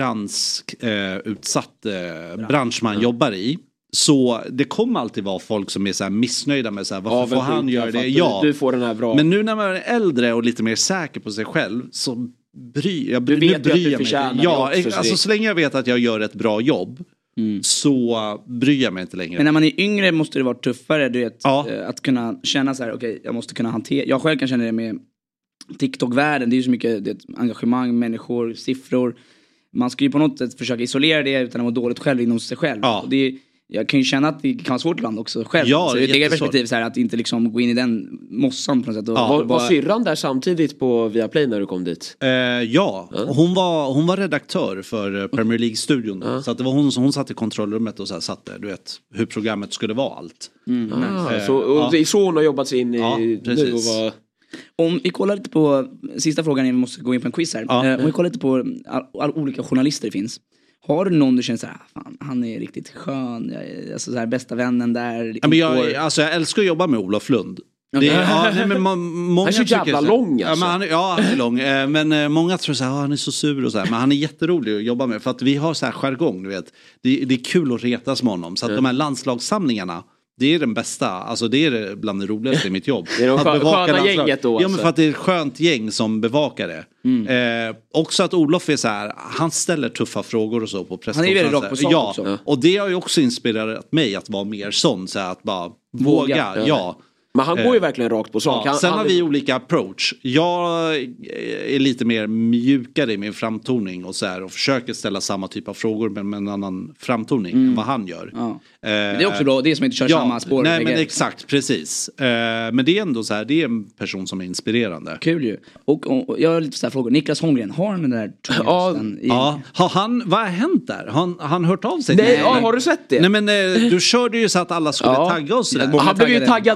konkurrensutsatt eh, eh, bransch man mm. jobbar i. Så det kommer alltid vara folk som är så här missnöjda med så här, varför ja, får han göra det? Ja, du får den här bra. Men nu när man är äldre och lite mer säker på sig själv så bry, jag, du vet nu bryr jag mig. Ja, också, alltså så länge jag vet att jag gör ett bra jobb mm. så bryr jag mig inte längre. Men när man är yngre måste det vara tuffare, du vet, ja. att kunna känna så här, okej, okay, jag måste kunna hantera. Jag själv kan känna det med TikTok-världen, det är ju så mycket det, engagemang, människor, siffror. Man ska ju på något sätt försöka isolera det utan att må dåligt själv inom sig själv. Ja. Och det är, jag kan ju känna att det kan vara svårt ibland också själv. Ja, så det är ett eget perspektiv så här, att inte liksom gå in i den mossan på något sätt. Och ja. Var, var syrran där samtidigt på Viaplay när du kom dit? Eh, ja, ja. Hon, var, hon var redaktör för Premier League-studion. Ja. Så att det var hon som hon satt i kontrollrummet och så här satt där, du vet, hur programmet skulle vara allt. Mm. Ah, eh, så, och ja. så hon har jobbat sig in i... Ja, precis. Och var... Om vi kollar lite på, sista frågan, vi måste gå in på en quiz här. Ja. Eh, om vi kollar lite på all, all olika journalister det finns. Har du någon du känner så här, fan, han är riktigt skön, jag är, alltså så här, bästa vännen där. Ja, men jag, alltså, jag älskar att jobba med Olof Lund. Okay. Det är, ja, nej, men man, många han är så jävla lång alltså. Ja, men han, ja, han är lång. Men eh, många tror så här, han är så sur och så här. Men han är jätterolig att jobba med. För att vi har så här jargong, du vet. Det, det är kul att retas med honom. Så att mm. de här landslagssamlingarna, det är den bästa, alltså det är bland det roligaste i mitt jobb. Det är de skö- sköna gänget då alltså. Ja, men för att det är ett skönt gäng som bevakar det. Mm. Eh, också att Olof är så här, han ställer tuffa frågor och så på presskonferenser. Han är väldigt rakt på sak ja, också. Ja, och det har ju också inspirerat mig att vara mer sån, så här, att bara våga, våga ja. ja. Men han går ju verkligen rakt på sak. Ja, han, sen han... har vi olika approach. Jag är lite mer mjukare i min framtoning och så här, och försöker ställa samma typ av frågor men med en annan framtoning mm. än vad han gör. Ja. Eh, men det är också bra, det är som inte kör ja, samma spår. Nej men exakt, precis. Eh, men det är ändå så här, det är en person som är inspirerande. Kul ju. Och, och, och jag har lite så här frågor. Niklas Holmgren, har han den där ja, i... ja, har han, vad har hänt där? Har han, han hört av sig? Nej, ja, har du sett det? Nej men eh, du körde ju så att alla skulle ja. tagga oss. Ja, han blev ju taggad som in och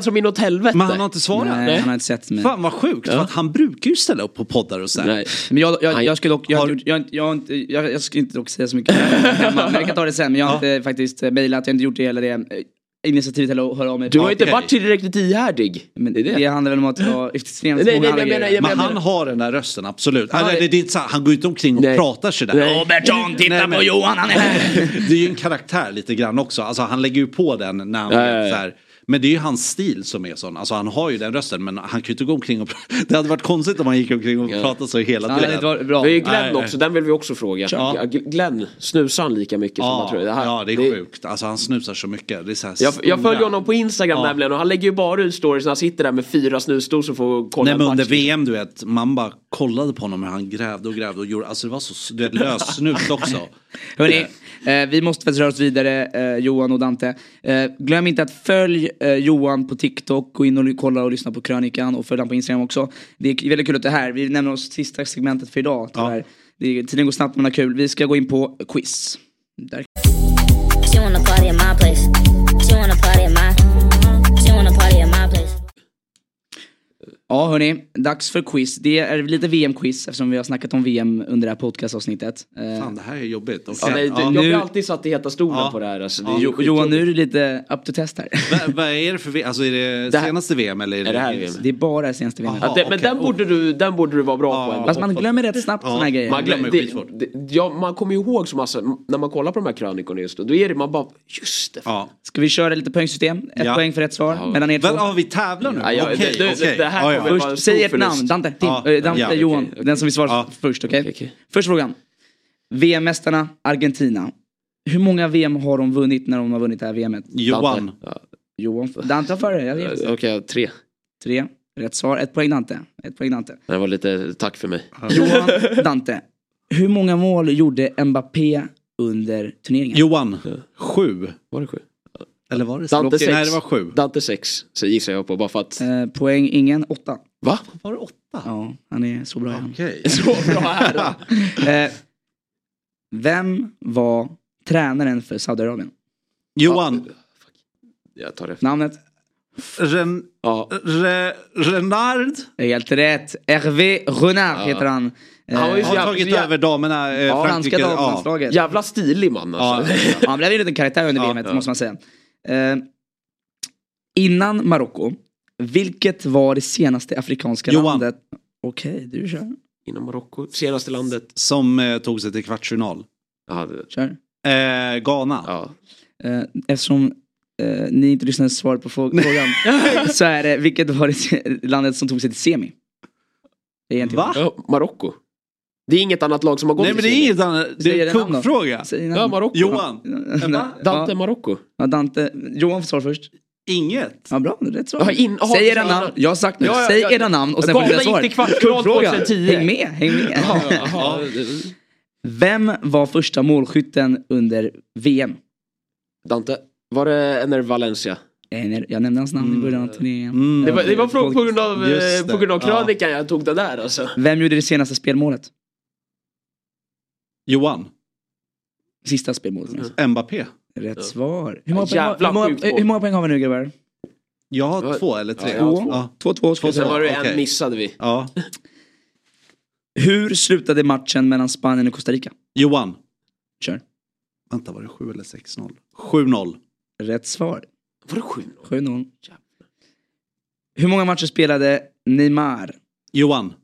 helvete. Men han har inte svarat. Nej, Nej. han har inte sett mig. Fan vad sjukt, ja. För att han brukar ju ställa upp på poddar och så. Nej. Men jag, jag, jag skulle dock, jag, Har- jag, jag, jag, inte- jag, jag skulle inte dock säga så mycket hemma, men jag kan ta det sen. Men jag har Ja. inte faktiskt mejlat, jag har inte gjort det eller det initiativet eller att höra av mig. Du har Okej. inte varit tillräckligt ihärdig. Men det är det. det handlar väl om att ha extremt Nej, nej, många nej, andra jag menar- grejer. jag Men han har den där rösten, absolut. Ja, Alltså, det, det är inte så, han går inte omkring och Nej. pratar sådär. Nej. Robertsson, titta Nej, på men- Johan, han är här. Det är ju en karaktär lite grann också. Alltså han lägger ju på den när han Ja, ja, ja. så här. Men det är ju hans stil som är sån. Alltså han har ju den rösten, men han kan ju inte gå omkring och prata. Det hade varit konstigt om han gick omkring och Ja. pratade så hela Ja, det tiden. var bra. Det är ju Glenn Nej, nej. också, den vill vi också fråga. Ja. Ja, Glenn, snusar han lika mycket som man Ja, tror? Det här, ja, det är sjukt. Alltså han snusar så mycket. Det är så här Jag, jag stora- följer honom på Instagram Ja. nämligen och han lägger ju bara ut stories när han sitter där med fyra snusdosor för att kolla Nej en men under match. V M du vet, man bara kollade på honom hur han grävde och grävde och gjorde, alltså det var så, du vet, lös snus också. Hörrni, eh, vi måste faktiskt röra oss vidare, eh, Johan och Dante. Eh, glöm inte att följ eh, Johan på TikTok, gå in och kolla och lyssna på krönikan och följ han på Instagram också. Det är väldigt kul att det är här. Vi nämner oss sista segmentet för idag. Ja. Det, tiden går snabbt men det är kul. Vi ska gå in på quiz. Där. She wanna party at my place. She wanna party at my. She wanna party at my place. Ja hörni, dags för quiz. Det är lite V M-quiz eftersom vi har snackat om V M under det här podcastavsnittet. Eh, Fan det här är jobbigt. Och Ja, nej, det, ja, jag nu- blir alltid satt i heta stolen Ja. på det här. Alltså, det Ja. är ju Jo, Johan, nu är du lite up to test här. Vad, vad är det för V M? Alltså är det, Det här- senaste V M eller är det, Är det här V M? Det är bara det senaste V M. Aha. Ja, det, men okej. den, borde du, den borde du vara bra Ja. på ändå. Fast man glömmer rätt snabbt såna här grejer. Man, glöm, glömmer det, skitfort. det, ja, man kommer ju ihåg så massa, när man kollar på de här krönikorna just då, då är det man bara, just det. Ja. Ska vi köra lite poängsystem? Ett Ja. poäng för rätt svar Ja. mellan er två. Väl, ja, vi tävlar nu? Ja, ja, Okej, det- det- okej. det här Ja, ja. kommer vara en Först, stor säg ert förlust. namn, Dante, Tim, Ja. äh, Dante, Ja, okej, Johan, okej. den som vill svara Ja. först, okej? Okej, okej. Första frågan. V M-mästarna Argentina. Hur många V M har de vunnit när de har vunnit det här V M:et? Johan. Dante. Ja, Johan, Dante har före, jag vet. Okej, tre. Tre, rätt svar, ett poäng Dante. Ett poäng Dante. Det var lite tack för mig. Johan, Dante. Hur många mål gjorde Mbappé under turneringen? Johan. Sju. Var det sju? Eller var det Dante sex? sex. Nej det var sju. Dante sex, så gissar jag på bara för att... Eh, poäng ingen, åtta. Va? Var det åtta? Ja, han är så bra. han. Okej. Så bra här. Eh, vem var tränaren för Saudiarabien? Johan. Jag tar det. Namnet? Ren, Ja. Re, Renard. Helt rätt. Hervé Renard Ja. heter han. Eh, Han var ju så Har jävla- tagit så jä- över damerna. Eh, ja, Frankrike. franska Ja. damlandslaget. Jävla stilig man alltså. Ja. Han blev ju en liten karaktär under Ja, V M:et, ja. måste man säga. Eh, innan Marocko, vilket var det senaste afrikanska Johan. landet? Okej, du kör. Inom Marocko. Senaste landet. Som eh, tog sig till kvartsfinal. Ja, det, Kör. Eh, Ghana. ja. Eh, eftersom eh, ni inte lyssnade svar på frå- frågan så är det, vilket var det se- landet som tog sig till semi? Det är egentligen. Va? Ja, Marocko. Det är inget annat lag som har gått Nej men till det är semi. inget annat. Det Säg är det en namn då. kuggfråga. Säg Ja, namn. Marocko. Johan. Va? Dante Ja. Marocko. Ja, Dante. Johan får svara först. Inget. Ja, bra. Rätt svar. Ja, in- aha, Säg era ja, namn. Jag har sagt nu. Ja, ja, Säg ja. era namn och sen får Ghana ni svar. gick till kvartsfinal Kuggfråga. tjugohundratio. Häng med, häng med. Ja, ja, det- Vem var första målskytten under V M? Dante. Var det Ener Valencia? Eh, Jag nämnde hans namn i början av turneringen. Mm. Det var, det var på, på grund av, Just eh, det. på grund av Ja. krönikan jag tog det där alltså. Vem gjorde det senaste spelmålet? Johan. Sista spelmålet. alltså. Mbappé. Rätt svar. Hur många, poäng, Jävla hur, många, sjukt mål. hur många poäng har vi nu grabbar? Jag har Ja. två eller tre. Ja, jag har Två. Ja. Två, två. Ska Två, jag Sen säga. var det Okej. en missade vi. Ja. Hur slutade matchen mellan Spanien och Costa Rica? Johan. Kör. Vänta, var det sju eller sex noll? sju noll. Rätt svar. Var det sju? sju noll. Hur många matcher spelade Neymar? Johan.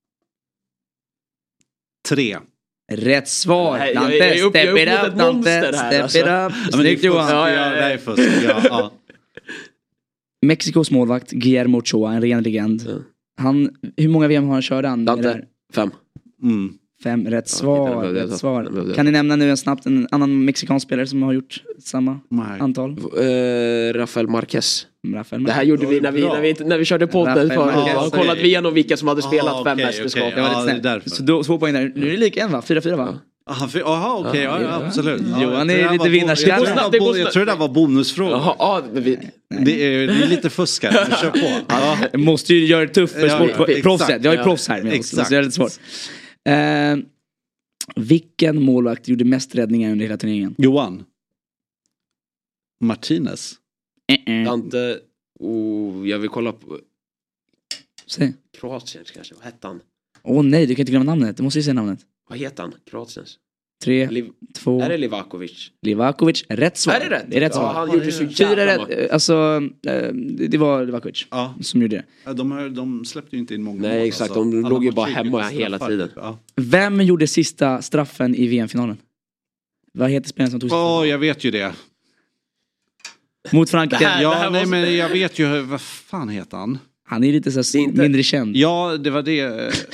Tre. Rätt svar. Nej, jag- Dante, jag är upp- jag är step it upp mot up. ett Dante, monster här, step alltså. it up. Ja, men det är Snyggt fusk. Johan. Ja, Ja, ja, det är fusk. Ja, ja. Mexikos målvakt Guillermo Ochoa, en ren legend. Ja. Han, hur många V M har han körde han? i det Dante. här? Fem. Mm. Fem, rätt Ja, den svar. behövde jag Rätt ta. svar. Den behövde jag. Kan ni nämna nu en snabbt en annan mexikansk spelare som har gjort samma Nej. antal? Uh, Rafael Marquez. Rafael Det här gjorde vi när vi, Bra. när vi, när vi körde podden Rafael förut. Marquez. Ja, kollade vi igenom vilka som hade spelat Ah, fem okej, mästerskap. okej. Det var Ja, lite det är snällt. därför. Så då, två poäng där. Nu är det lika igen va? fyra fyra va? Aha, för- Aha, okej, ja, ja, absolut. Ja, Johan jag är tror det lite var bo- vinnarskalle. jag tror det var Det går bo- snabbt. Jag tror det där var bonusfrågor. Jaha, ja, men vi, Det är, det är lite fusk här, men kör på. Ja. Jag måste ju göra det tufft för Ja, ja, sportproffset. exakt. Jag är Ja, proffs här med oss. exakt. Så det är lite svårt. Eh, vilken målvakt gjorde mest räddningar under hela turneringen? Johan. Martinez. Eh, eh. Dante, Oh, jag vill kolla på... Säg. Kroatiens kanske, vad hette han? Åh oh, nej, du kan inte glömma namnet. Du måste ju säga namnet. Vad heter han? Kroatiens? Tre, Liv... två... Är det Livakovic? Livakovic, rätt svar. Är det rätt? Det är rätt ja, svar. han gjorde så Fyra jävla rätt, alltså, det var Livakovic ja. som gjorde det. Ja, de, de släppte ju inte in många Nej, mål, exakt. Alltså. De Alla låg ju var bara tjugo hemma straffar, hela tiden. Ja. Vem gjorde sista straffen i V M-finalen? Vad heter spelaren som tog sista? Åh, oh, jag vet ju det. Mot Frankrike. Det här- Ja, det här nej måste- men jag vet ju, vad fan heter han? Han är lite så inte- mindre känd. Ja, det var det.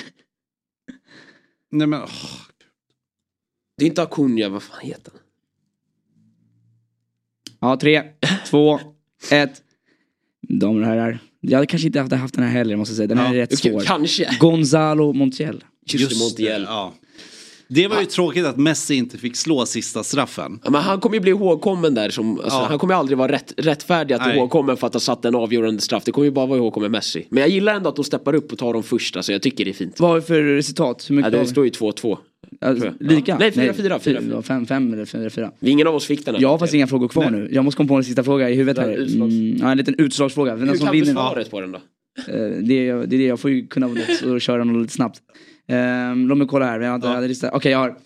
Nej men, åh. Det är inte Acuna, vad fan heter han? Ja, tre, två, ett. Damer och herrar. Jag hade kanske inte haft, haft den här heller, måste jag säga. Den här Ja, är rätt okej, svår. kanske. Gonzalo Montiel. Just, det, Montiel. Ja. Det var ju tråkigt att Messi inte fick slå sista straffen. Ja, men han kommer ju bli ihågkommen där som, alltså, Ja. han kommer ju aldrig vara rätt, rättfärdig att Nej. ihågkommen för att ha satt en avgörande straff. Det kommer ju bara vara ihågkommen Messi. Men jag gillar ändå att de steppar upp och tar de första, så jag tycker det är fint. Vad har vi för resultat? Hur Ja, mycket det har- står ju två två. Alltså, tror jag. lika? Ja. Nej, fyra, fyra, fyra, fyra. fyra. Fem, fem eller fyra, fyra. Ingen av oss fick den här. Jag har faktiskt inga frågor kvar Nej. nu. Jag måste komma på en sista fråga i huvudet här. Ja, utslags- Mm, ja, en liten utslagsfråga. Den Hur som kan du vinner, svaret på den då? eh, det, är, det är det, jag får ju kunna och köra den lite snabbt. Um, låt mig kolla här. Jag har inte Ja. hade listat. Okej, okay, jag har...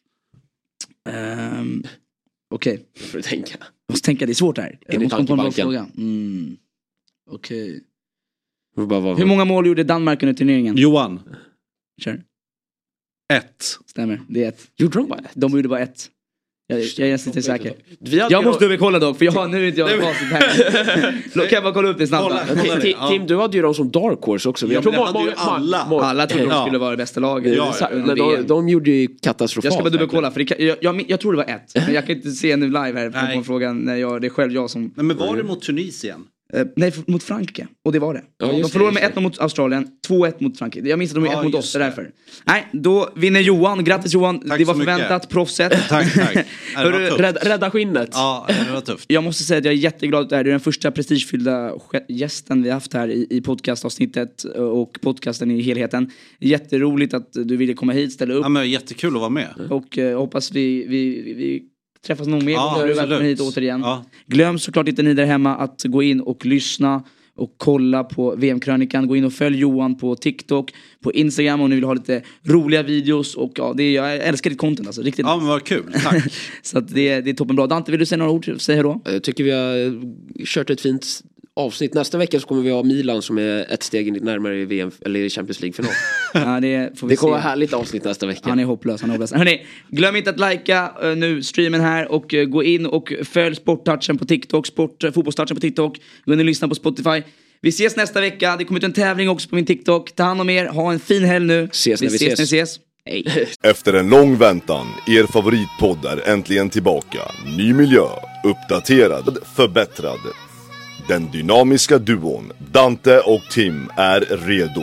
Um, Okej. Okay. Får du tänka. Jag måste tänka, det är svårt här. Jag In i måste komma på en bra tankebanken. fråga. Mm. Okej. Okay. Får bara vara- Hur många mål gjorde Danmark under turneringen? Johan, Kör. ett. Stämmer, det är ett. Gjorde de bara ett? De gjorde bara ett. Jag, jag är nästan inte säker. Vi hade Jag ju- måste överkolla dock, för jag, nu är inte jag facit här. Då kan jag bara kolla upp det snabbt. Kolla, då? kolla. Ti- Ti- Ja. Tim, du hade ju dem som dark horse också. Ja, Jag tror men det många, hade ju många, alla. många- Alla trodde de Ja. skulle vara det bästa laget. Ja, ja. under Men V de, M. de gjorde ju katastrofalt. Jag ska bara verkligen. dubbelkolla, för det kan, jag, jag, jag tror det var ett. Men jag kan inte se nu live här på, Nej. på frågan när jag, det är själv jag som... Nej, men var det mot Tunisien? Eh, nej, f- mot Frankrike. Och det var det. Ja, de just förlorade det, med just ett noll mot Australien, två ett mot Frankrike. Jag minns att de var Ja, ett mot just oss, det är det. därför. Nej, då vinner Johan. Grattis Johan, Tack det var så mycket. förväntat. Proffset. Tack, tack. Det var Hörru, tufft. Rädda, rädda skinnet. Ja, det var tufft. Jag måste säga att jag är jätteglad att det här är den första prestigefyllda ske- gästen vi har haft här i, i podcastavsnittet och podcasten i helheten. Jätteroligt att du ville komma hit, ställa upp. Ja, men jättekul att vara med. Och eh, hoppas vi, vi, vi träffas nog mer. Ja, gånger. Du är välkommen absolut. hit återigen. Ja. Glöm såklart inte ni där hemma att gå in och lyssna och kolla på V M-krönikan. Gå in och följ Johan på TikTok, på Instagram om ni vill ha lite roliga videos. Och ja, det är, jag älskar ditt content alltså, riktigt. Ja, men vad kul. Tack. Så att det, det är toppen bra. Dante, vill du säga några ord? Säg hejdå. Jag tycker vi har kört ett fint avsnitt. Nästa vecka så kommer vi ha Milan som är ett steg närmare i V M eller i Champions League-final. Ja, det får vi Det kommer se. vara härligt avsnitt nästa vecka. Han är hopplös, han är hopplös. Hörrni, glöm inte att likea uh, nu streamen här och uh, gå in och följ Sporttouchen på TikTok, sport, uh, fotbollstouchen på TikTok. Gå in och lyssna på Spotify. Vi ses nästa vecka. Det kommer ut en tävling också på min TikTok. Ta hand om er, ha en fin helg nu. Ses när vi ses. ses. När vi ses. Hej. Efter en lång väntan, er favoritpodd är äntligen tillbaka. Ny miljö, uppdaterad, förbättrad. Den dynamiska duon Dante och Tim är redo.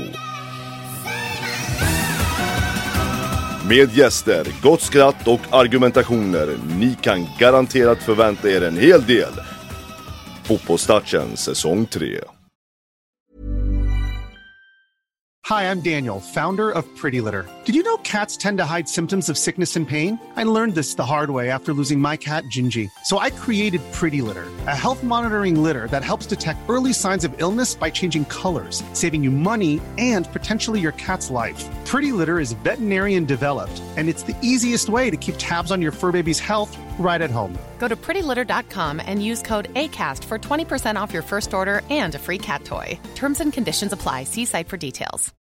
Med gäster, gott skratt och argumentationer. Ni kan garanterat förvänta er en hel del. Fotbollstouchen säsong tre. Hi, I'm Daniel, founder of Pretty Litter. Did you know cats tend to hide symptoms of sickness and pain? I learned this the hard way after losing my cat, Gingy. So I created Pretty Litter, a health monitoring litter that helps detect early signs of illness by changing colors, saving you money and potentially your cat's life. Pretty Litter is veterinarian developed, and it's the easiest way to keep tabs on your fur baby's health right at home. Go to pretty litter dot com and use code ACAST for twenty percent off your first order and a free cat toy. Terms and conditions apply. See site for details.